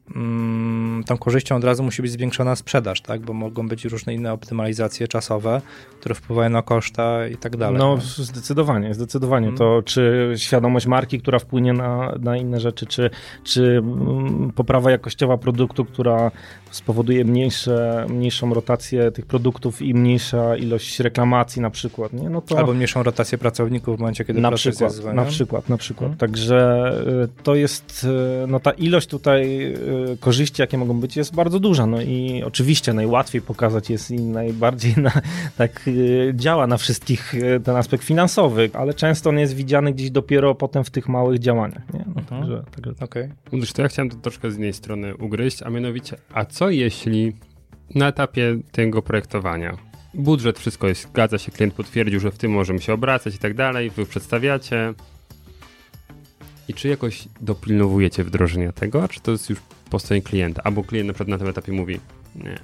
S2: tą korzyścią od razu musi być zwiększona sprzedaż, tak? Bo mogą być różne inne optymalizacje czasowe, które wpływają na koszta i tak dalej.
S3: No zdecydowanie, zdecydowanie. Hmm. To czy świadomość marki, która wpłynie na, na inne rzeczy, czy, czy poprawa jakościowa produktu, która spowoduje mniejsze, mniejszą rotację tych produktów i mniejsza ilość reklamacji na przykład. Nie? No to...
S2: Albo mniejszą rotację pracowników w momencie, kiedy
S3: na
S2: proces
S3: przykład,
S2: jest
S3: Na przykład, na przykład. Hmm. Także to jest, no ta ilość tutaj korzyści, jakie mogą być, jest bardzo duża. No i oczywiście najłatwiej pokazać jest i najbardziej na, tak działa na wszystkich ten aspekt finansowy, ale często on jest widziany gdzieś dopiero potem w tych małych działaniach. Nie? No,
S2: mhm.
S3: także, także...
S2: Okej.
S4: Okay. To ja chciałem to troszkę z innej strony ugryźć, a mianowicie, a co jeśli na etapie tego projektowania budżet, wszystko jest, zgadza się, klient potwierdził, że w tym możemy się obracać i tak dalej, wy przedstawiacie i czy jakoś dopilnowujecie wdrożenia tego, a czy to jest już po stronie klienta, albo klient na przykład na tym etapie mówi nie.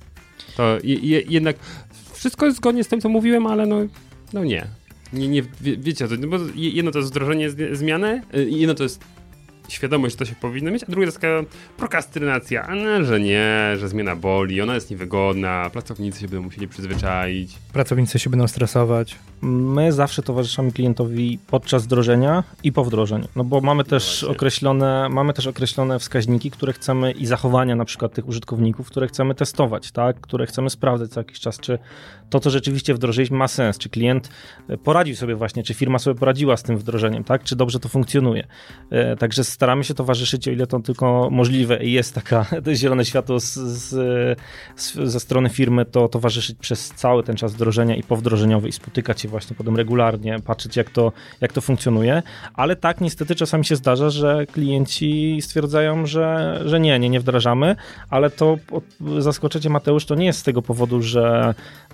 S4: To je, je, jednak wszystko jest zgodnie z tym, co mówiłem, ale no, no nie. nie, nie wie, wiecie, to, bo jedno to jest wdrożenie zmiany, jedno to jest świadomość, że to się powinno mieć, a druga to jest taka prokrastynacja, a no, że nie, że zmiana boli, ona jest niewygodna, pracownicy się będą musieli przyzwyczaić.
S2: Pracownicy się będą stresować.
S3: My zawsze towarzyszamy klientowi podczas wdrożenia i po wdrożeniu, no bo mamy też no określone, mamy też określone wskaźniki, które chcemy i zachowania na przykład tych użytkowników, które chcemy testować, tak, które chcemy sprawdzać co jakiś czas, czy to, co rzeczywiście wdrożyliśmy, ma sens, czy klient poradził sobie właśnie, czy firma sobie poradziła z tym wdrożeniem, tak, czy dobrze to funkcjonuje. Także staramy się towarzyszyć, o ile to tylko możliwe i jest taka to zielone światło z, z, z, ze strony firmy, to towarzyszyć przez cały ten czas wdrożenia i powdrożeniowy i spotykać się właśnie potem regularnie, patrzeć jak to, jak to funkcjonuje, ale tak niestety czasami się zdarza, że klienci stwierdzają, że, że nie, nie, nie wdrażamy, ale to zaskoczecie, Mateusz, to nie jest z tego powodu, że,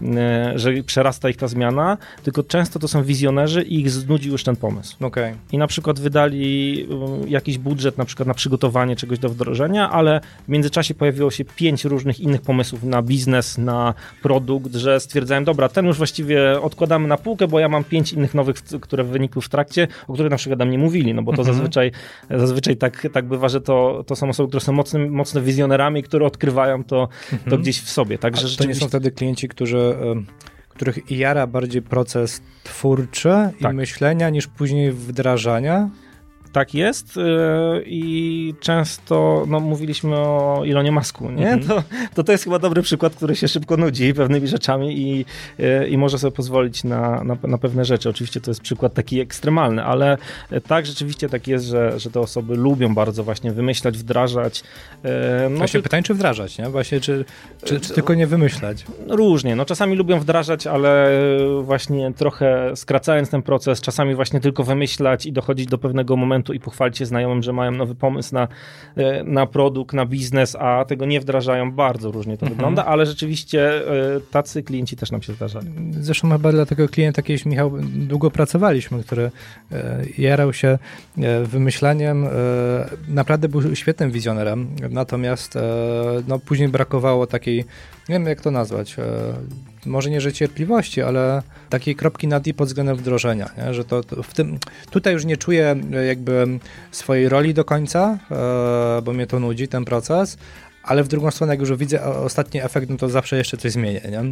S3: że przerasta ich ta zmiana, tylko często to są wizjonerzy i ich znudził już ten pomysł.
S2: Okay.
S3: I na przykład wydali jakiś budżet na przykład na przygotowanie czegoś do wdrożenia, ale w międzyczasie pojawiło się pięć różnych innych pomysłów na biznes, na produkt, że stwierdzałem, dobra, ten już właściwie odkładamy na półkę, bo ja mam pięć innych nowych, które wynikły w trakcie, o których na przykład nam nie mówili, no bo to mhm. zazwyczaj, zazwyczaj tak, tak bywa, że to, to są osoby, które są mocny, mocno wizjonerami, które odkrywają to, mhm. to gdzieś w sobie. Także
S2: to
S3: rzeczywiście...
S2: nie są wtedy klienci, którzy... których jara bardziej proces twórczy tak. i myślenia niż później wdrażania?
S3: Tak jest yy, i często no, mówiliśmy o Elonie Musku, nie? Mm-hmm. To, to to jest chyba dobry przykład, który się szybko nudzi pewnymi rzeczami i, yy, i może sobie pozwolić na, na, na pewne rzeczy. Oczywiście to jest przykład taki ekstremalny, ale tak, rzeczywiście tak jest, że, że te osoby lubią bardzo właśnie wymyślać, wdrażać.
S2: Yy, no właśnie to... pytanie, czy wdrażać, nie? Właśnie, czy, czy, czy tylko nie wymyślać?
S3: Różnie, no czasami lubią wdrażać, ale właśnie trochę skracając ten proces, czasami właśnie tylko wymyślać i dochodzić do pewnego momentu i pochwalić się znajomym, że mają nowy pomysł na, na produkt, na biznes, a tego nie wdrażają. Bardzo różnie to mhm. wygląda, ale rzeczywiście tacy klienci też nam się zdarzają.
S2: Zresztą chyba dla tego klienta kiedyś, Michał, długo pracowaliśmy, który jarał się wymyślaniem. Naprawdę był świetnym wizjonerem, natomiast no, później brakowało takiej, nie wiem jak to nazwać, może nie, że cierpliwości, ale takiej kropki nad i pod względem wdrożenia, nie? Że to, to w tym, tutaj już nie czuję jakby swojej roli do końca, e, bo mnie to nudzi, ten proces, ale w drugą stronę, jak już widzę ostatni efekt, no to zawsze jeszcze coś zmienię, nie?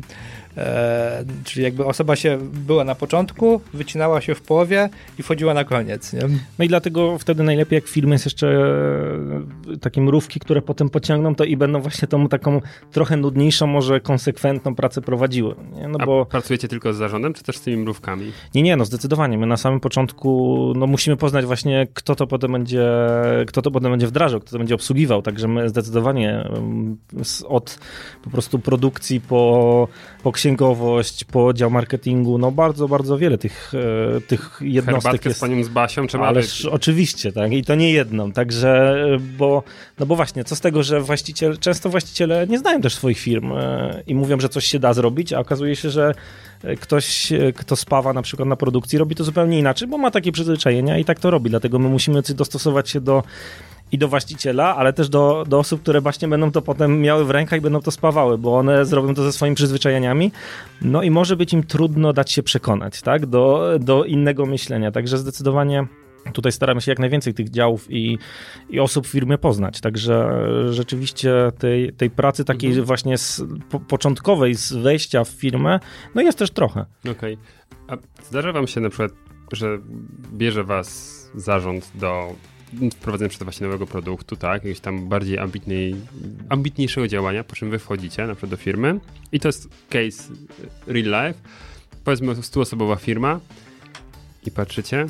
S2: E, czyli jakby osoba się była na początku, wycinała się w połowie i wchodziła na koniec, nie?
S3: No i dlatego wtedy najlepiej, jak firmy jest jeszcze takie mrówki, które potem pociągną to i będą właśnie tą taką trochę nudniejszą, może konsekwentną pracę prowadziły. Nie? No
S4: A
S3: bo...
S4: pracujecie tylko z zarządem, czy też z tymi mrówkami?
S3: Nie, nie, no zdecydowanie. My na samym początku no musimy poznać właśnie, kto to potem będzie, kto to potem będzie wdrażał, kto to będzie obsługiwał, także my zdecydowanie od po prostu produkcji po, po księgowość, po dział marketingu, no bardzo, bardzo wiele tych, tych jednostek
S4: Herbatkę
S3: jest.
S4: z panią z Basią trzeba
S3: Ależ oczywiście, tak, i to nie jedną, także, bo, no bo właśnie, co z tego, że właściciel, często właściciele nie znają też swoich firm i mówią, że coś się da zrobić, a okazuje się, że ktoś, kto spawa na przykład na produkcji, robi to zupełnie inaczej, bo ma takie przyzwyczajenia i tak to robi, dlatego my musimy dostosować się do i do właściciela, ale też do, do osób, które właśnie będą to potem miały w rękach i będą to spawały, bo one zrobią to ze swoimi przyzwyczajeniami, no i może być im trudno dać się przekonać, tak, do, do innego myślenia, także zdecydowanie tutaj staramy się jak najwięcej tych działów i, i osób w firmie poznać, także rzeczywiście tej, tej pracy takiej mhm. właśnie z, po, początkowej, z wejścia w firmę, no jest też trochę.
S4: Okej. Okay. A zdarza wam się na przykład, że bierze was zarząd do wprowadzenia przez właśnie nowego produktu, tak, jakiegoś tam bardziej ambitnej, ambitniejszego działania, po czym wy wchodzicie na przykład do firmy i to jest case real life, powiedzmy stuosobowa firma i patrzycie,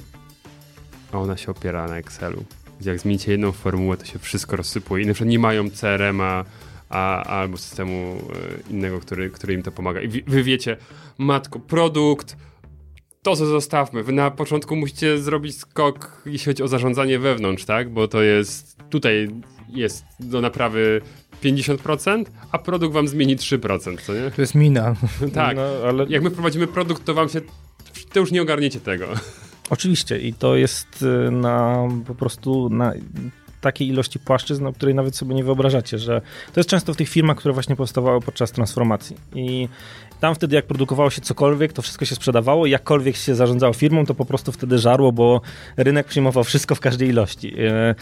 S4: a ona się opiera na Excelu. Gdzie jak zmienicie jedną formułę, to się wszystko rozsypuje i na przykład nie mają C R M-a a, albo systemu innego, który, który im to pomaga. I wy wiecie, matko, produkt, to co zostawmy. Wy na początku musicie zrobić skok, jeśli chodzi o zarządzanie wewnątrz, tak? Bo to jest, tutaj jest do naprawy pięćdziesiąt procent, a produkt wam zmieni trzy procent, co nie?
S2: To jest mina.
S4: Tak,
S3: no, ale...
S4: jak my wprowadzimy produkt, to wam się, to już nie ogarniecie tego.
S3: Oczywiście i to jest na po prostu na takiej ilości płaszczyzn, o której nawet sobie nie wyobrażacie, że to jest często w tych firmach, które właśnie powstawały podczas transformacji i tam wtedy jak produkowało się cokolwiek, to wszystko się sprzedawało i jakkolwiek się zarządzało firmą, to po prostu wtedy żarło, bo rynek przyjmował wszystko w każdej ilości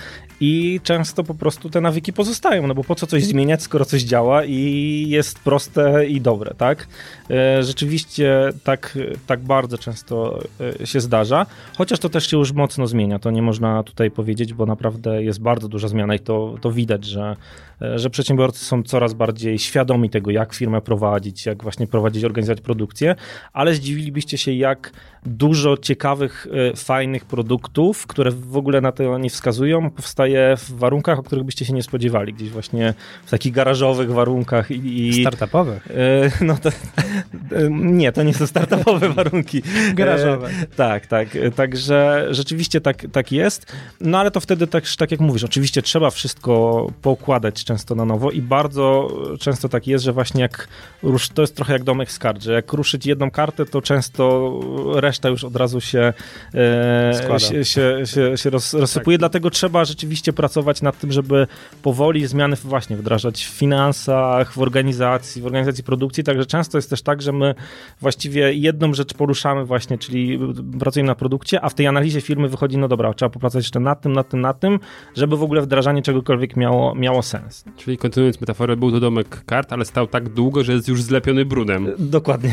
S3: i często po prostu te nawyki pozostają, no bo po co coś zmieniać, skoro coś działa i jest proste i dobre, tak? Rzeczywiście tak, tak bardzo często się zdarza, chociaż to też się już mocno zmienia, to nie można tutaj powiedzieć, bo naprawdę jest bardzo duża zmiana i to, to widać, że, że przedsiębiorcy są coraz bardziej świadomi tego, jak firmę prowadzić, jak właśnie prowadzić, organizować produkcję, ale zdziwilibyście się, jak dużo ciekawych, fajnych produktów, które w ogóle na to nie wskazują, powstaje w warunkach, o których byście się nie spodziewali, gdzieś właśnie w takich garażowych warunkach i... i
S2: startupowych?
S3: No to, nie, to nie są startupowe warunki.
S2: Garażowe.
S3: Tak, tak, także rzeczywiście tak, tak jest, no ale to wtedy tak, tak jak mówisz, oczywiście trzeba wszystko poukładać często na nowo i bardzo często tak jest, że właśnie jak rusz, to jest trochę jak domek z kart, że jak ruszyć jedną kartę, to często reszta już od razu się, e, się, się, się, się roz, rozsypuje, tak. Dlatego trzeba rzeczywiście pracować nad tym, żeby powoli zmiany właśnie wdrażać w finansach, w organizacji, w organizacji produkcji, także często jest też tak, że my właściwie jedną rzecz poruszamy właśnie, czyli pracujemy na produkcie, a w tej analizie firmy wychodzi, no dobra, trzeba popracować jeszcze nad tym, nad tym, nad tym, żeby w ogóle wdrażanie czegokolwiek miało, miało sens.
S4: Czyli kontynuując metaforę, był to domek kart, ale stał tak długo, że jest już zlepiony brudem.
S3: Dokładnie.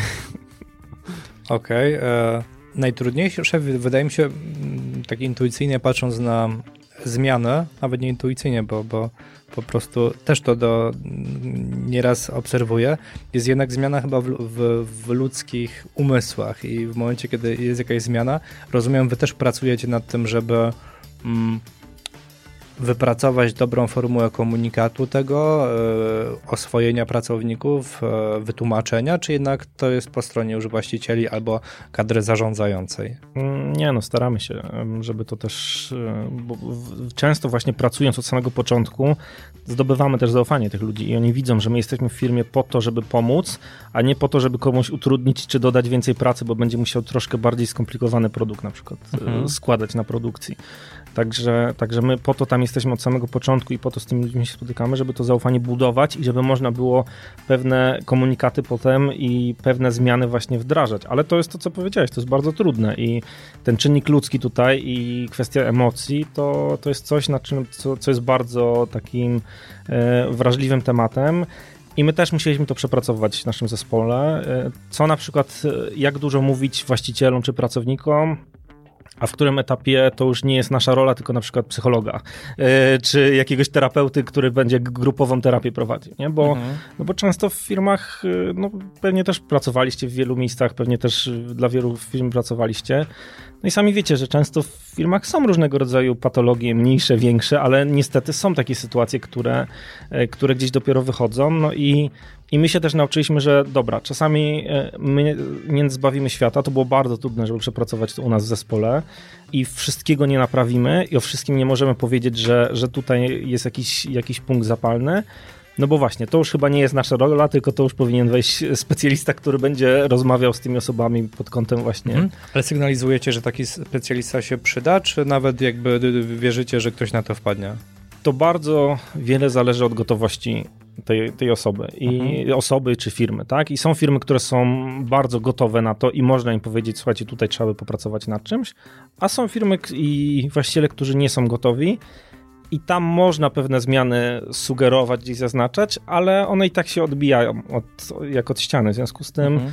S2: Okej. Okay. Najtrudniejsze, wydaje mi się, tak intuicyjnie patrząc na zmianę, nawet nie intuicyjnie, bo, bo po prostu też to do, nieraz obserwuję, jest jednak zmiana chyba w, w, w ludzkich umysłach i w momencie, kiedy jest jakaś zmiana, rozumiem, wy też pracujecie nad tym, żeby mm, wypracować dobrą formułę komunikatu tego, yy, oswojenia pracowników, yy, wytłumaczenia, czy jednak to jest po stronie już właścicieli albo kadry zarządzającej?
S3: Nie, no staramy się, żeby to też, bo często właśnie pracując od samego początku zdobywamy też zaufanie tych ludzi i oni widzą, że my jesteśmy w firmie po to, żeby pomóc, a nie po to, żeby komuś utrudnić czy dodać więcej pracy, bo będzie musiał troszkę bardziej skomplikowany produkt na przykład mhm. składać na produkcji. Także, także my po to tam jesteśmy od samego początku i po to z tymi ludźmi się spotykamy, żeby to zaufanie budować i żeby można było pewne komunikaty potem i pewne zmiany właśnie wdrażać. Ale to jest to, co powiedziałeś, to jest bardzo trudne i ten czynnik ludzki tutaj i kwestia emocji to, to jest coś, na czym, co, co jest bardzo takim e, wrażliwym tematem. I my też musieliśmy to przepracować w naszym zespole. Co na przykład, jak dużo mówić właścicielom czy pracownikom, a w którym etapie to już nie jest nasza rola, tylko na przykład psychologa, yy, czy jakiegoś terapeuty, który będzie grupową terapię prowadził, nie? Bo, mhm. no bo często w firmach, yy, no pewnie też pracowaliście w wielu miejscach, pewnie też dla wielu firm pracowaliście, no i sami wiecie, że często w firmach są różnego rodzaju patologie, mniejsze, większe, ale niestety są takie sytuacje, które, yy, które gdzieś dopiero wychodzą, no i I my się też nauczyliśmy, że dobra, czasami my nie zbawimy świata, to było bardzo trudne, żeby przepracować to u nas w zespole i wszystkiego nie naprawimy i o wszystkim nie możemy powiedzieć, że, że tutaj jest jakiś, jakiś punkt zapalny, no bo właśnie, to już chyba nie jest nasza rola, tylko to już powinien wejść specjalista, który będzie rozmawiał z tymi osobami pod kątem właśnie...
S2: Hmm. Ale sygnalizujecie, że taki specjalista się przyda, czy nawet jakby wierzycie, że ktoś na to wpadnie?
S3: To bardzo wiele zależy od gotowości tej, tej osoby i mhm. osoby czy firmy, tak? I są firmy, które są bardzo gotowe na to i można im powiedzieć, słuchajcie, tutaj trzeba by popracować nad czymś, a są firmy i właściciele, którzy nie są gotowi i tam można pewne zmiany sugerować, gdzieś zaznaczać, ale one i tak się odbijają od, jak od ściany, w związku z tym mhm.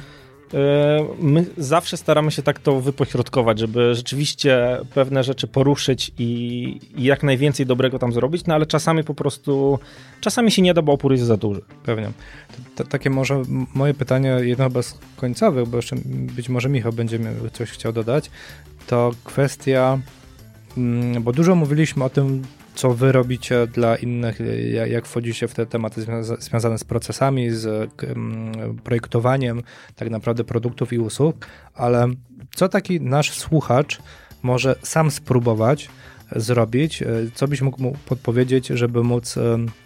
S3: my zawsze staramy się tak to wypośrodkować, żeby rzeczywiście pewne rzeczy poruszyć i, i jak najwięcej dobrego tam zrobić, no ale czasami po prostu, czasami się nie da, bo opór jest za duży.
S2: Pewnie. To, to, takie może moje pytanie, jedno chyba z końcowych, bo jeszcze być może Michał będzie coś chciał dodać, to kwestia, bo dużo mówiliśmy o tym, co wy robicie dla innych, jak wchodzicie w te tematy związane z procesami, z projektowaniem tak naprawdę produktów i usług, ale co taki nasz słuchacz może sam spróbować zrobić, co byś mógł mu podpowiedzieć, żeby móc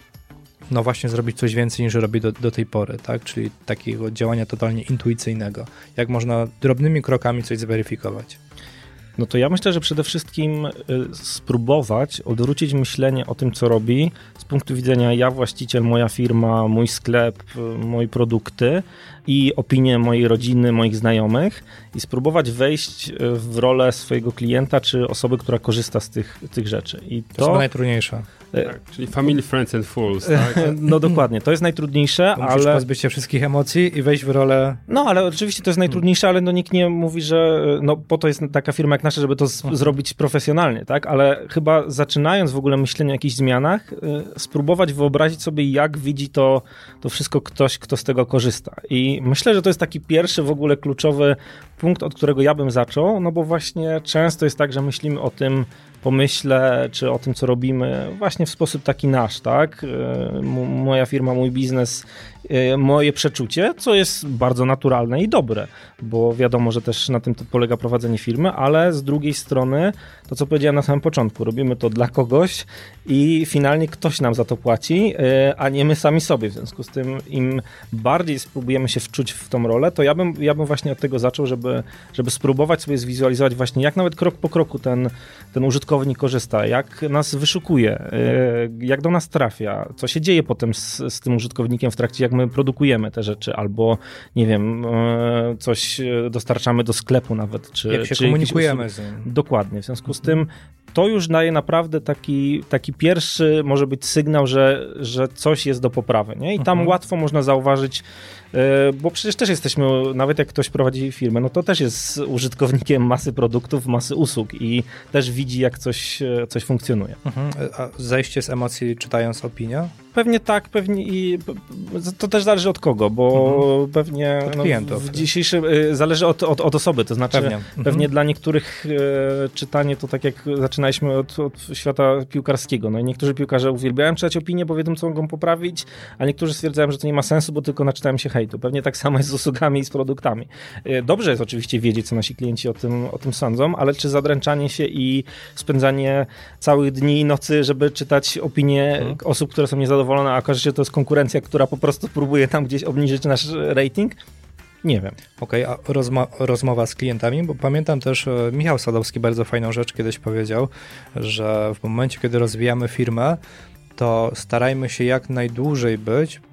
S2: no właśnie zrobić coś więcej niż robi do, do tej pory, tak? Czyli takiego działania totalnie intuicyjnego. Jak można drobnymi krokami coś zweryfikować?
S3: No to ja myślę, że przede wszystkim y, spróbować odwrócić myślenie o tym, co robi z punktu widzenia ja, właściciel, moja firma, mój sklep, y, moje produkty i opinie mojej rodziny, moich znajomych i spróbować wejść w rolę swojego klienta czy osoby, która korzysta z tych, tych rzeczy. I to,
S2: to jest najtrudniejsze.
S4: Tak, czyli family, friends and fools, tak?
S3: No dokładnie, to jest najtrudniejsze,
S2: to
S3: ale...
S2: Musisz pozbyć się wszystkich emocji i wejść w rolę...
S3: No, ale oczywiście to jest najtrudniejsze, ale no nikt nie mówi, że no po to jest taka firma jak nasza, żeby to z- zrobić profesjonalnie, tak? Ale chyba zaczynając w ogóle myślenie o jakichś zmianach, y, spróbować wyobrazić sobie, jak widzi to, to wszystko ktoś, kto z tego korzysta. I myślę, że to jest taki pierwszy w ogóle kluczowy punkt, od którego ja bym zaczął, no bo właśnie często jest tak, że myślimy o tym pomyśle, czy o tym, co robimy właśnie w sposób taki nasz, tak? M- moja firma, mój biznes, y, moje przeczucie, co jest bardzo naturalne i dobre, bo wiadomo, że też na tym to polega prowadzenie firmy, ale z drugiej strony, to co powiedziałem na samym początku, robimy to dla kogoś i finalnie ktoś nam za to płaci, y, a nie my sami sobie. W związku z tym im bardziej spróbujemy się wczuć w tą rolę, to ja bym, ja bym właśnie od tego zaczął, żeby, żeby spróbować sobie zwizualizować właśnie, jak nawet krok po kroku ten, ten użytkownik korzysta, jak nas wyszukuje, y, jak do nas trafia, co się dzieje potem z, z tym użytkownikiem w trakcie, jak my produkujemy te rzeczy, albo nie wiem, y, coś dostarczamy do sklepu nawet. Czy,
S2: jak się
S3: czy
S2: komunikujemy z nim.
S3: Dokładnie, w związku z tym to już daje naprawdę taki, taki pierwszy, może być sygnał, że, że coś jest do poprawy, nie? I tam mhm. łatwo można zauważyć, yy, bo przecież też jesteśmy, nawet jak ktoś prowadzi firmę, no to też jest użytkownikiem masy produktów, masy usług i też widzi, jak coś, coś funkcjonuje.
S2: Mhm. A zejście z emocji czytając opinię?
S3: Pewnie tak, pewnie i to też zależy od kogo, bo mhm. pewnie
S2: od
S3: no,
S2: klientów.
S3: W dzisiejszym y, zależy od, od, od osoby, to znaczy
S2: pewnie,
S3: pewnie mhm. dla niektórych y, czytanie to tak jak zaczynaliśmy od, od świata piłkarskiego. No i niektórzy piłkarze uwielbiają czytać opinie, bo wiedzą, co mogą poprawić, a niektórzy stwierdzają, że to nie ma sensu, bo tylko naczytałem się hejtu. Pewnie tak samo jest z usługami i z produktami. Y, dobrze jest oczywiście wiedzieć, co nasi klienci o tym, o tym sądzą, ale czy zadręczanie się i spędzanie całych dni i nocy, żeby czytać opinie mhm. osób, które są niezadowolone, a okaże się, że to jest konkurencja, która po prostu próbuje tam gdzieś obniżyć nasz rating? Nie wiem.
S2: Okej, okay, a rozma- rozmowa z klientami, bo pamiętam też, Michał Sadowski bardzo fajną rzecz kiedyś powiedział, że w momencie, kiedy rozwijamy firmę, to starajmy się jak najdłużej być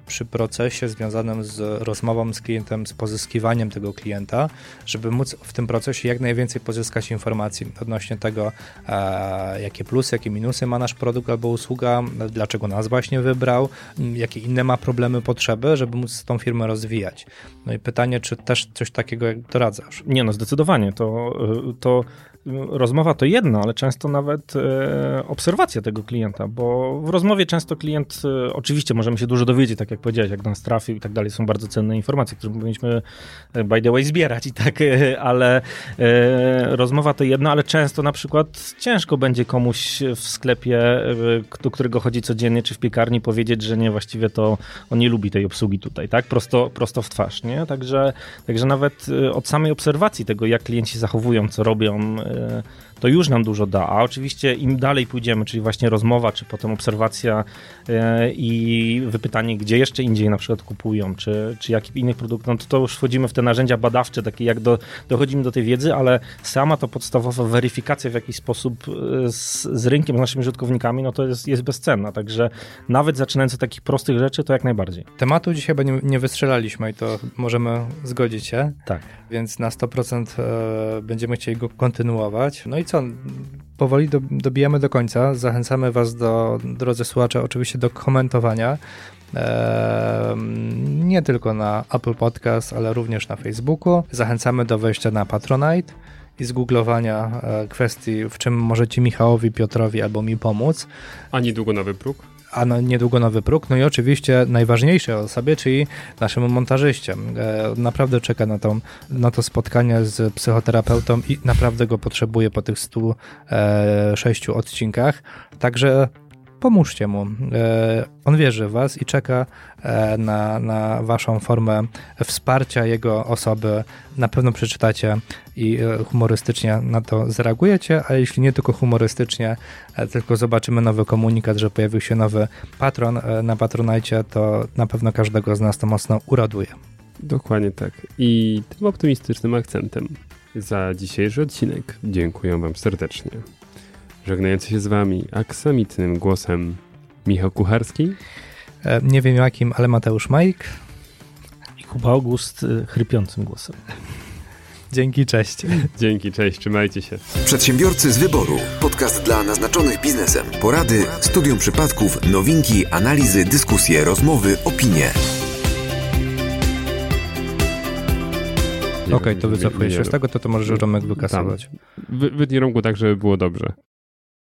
S2: przy procesie związanym z rozmową z klientem, z pozyskiwaniem tego klienta, żeby móc w tym procesie jak najwięcej pozyskać informacji odnośnie tego, e, jakie plusy, jakie minusy ma nasz produkt albo usługa, dlaczego nas właśnie wybrał, jakie inne ma problemy, potrzeby, żeby móc tą firmę rozwijać. No i pytanie, czy też coś takiego doradzasz?
S3: Nie, no zdecydowanie. To, to rozmowa to jedno, ale często nawet e, obserwacja tego klienta, bo w rozmowie często klient, e, oczywiście możemy się dużo dowiedzieć, tak jak powiedziałeś, jak do nas trafił i tak dalej, są bardzo cenne informacje, które powinniśmy e, by the way zbierać i tak, e, ale e, rozmowa to jedno, ale często na przykład ciężko będzie komuś w sklepie, e, do którego chodzi codziennie, czy w piekarni powiedzieć, że nie, właściwie to on nie lubi tej obsługi tutaj, tak? Prosto, prosto w twarz, nie? Także, także nawet e, od samej obserwacji tego, jak klienci zachowują, co robią, e, to już nam dużo da, a oczywiście im dalej pójdziemy, czyli właśnie rozmowa, czy potem obserwacja e, i wypytanie, gdzie jeszcze indziej na przykład kupują, czy, czy jakich innych produktów, no to, to już wchodzimy w te narzędzia badawcze, takie jak do, dochodzimy do tej wiedzy, ale sama to podstawowa weryfikacja w jakiś sposób z, z rynkiem, z naszymi użytkownikami, no to jest, jest bezcenna, także nawet zaczynając od takich prostych rzeczy, to jak najbardziej.
S2: Tematu dzisiaj nie, nie wystrzelaliśmy i to możemy zgodzić się.
S3: Tak.
S2: Więc na sto procent e, będziemy chcieli go kontynuować. No i co? Powoli do, dobijamy do końca. Zachęcamy was, do, drodzy słuchacze, oczywiście do komentowania. E, nie tylko na Apple Podcast, ale również na Facebooku. Zachęcamy do wejścia na Patronite i zgooglowania e, kwestii, w czym możecie Michałowi, Piotrowi albo mi pomóc.
S4: A niedługo nowy próg.
S2: A no, niedługo nowy próg, no i oczywiście najważniejsze osobie, czyli naszemu montażyście. E, naprawdę czeka na, tą, na to spotkanie z psychoterapeutą i naprawdę go potrzebuje po tych stu sześciu odcinkach, także pomóżcie mu. E, on wierzy w was i czeka e, na, na waszą formę wsparcia jego osoby. Na pewno przeczytacie i e, humorystycznie na to zareagujecie, a jeśli nie tylko humorystycznie, e, tylko zobaczymy nowy komunikat, że pojawił się nowy patron e, na Patronite, to na pewno każdego z nas to mocno uraduje.
S4: Dokładnie tak. I tym optymistycznym akcentem za dzisiejszy odcinek dziękuję wam serdecznie. Żegnający się z wami aksamitnym głosem Michał Kucharski.
S2: E, nie wiem jakim, ale Mateusz Majk.
S3: I Kuba August y, chrypiącym głosem.
S2: Dzięki, cześć.
S4: Dzięki, cześć, trzymajcie się.
S5: Przedsiębiorcy z wyboru. Podcast dla naznaczonych biznesem. Porady, studium przypadków, nowinki, analizy, dyskusje, rozmowy, opinie.
S2: Okej, okay, to wycofuję się z tego, to to możesz Romek wykasować.
S4: Wy, wytnij rąku tak, żeby było dobrze.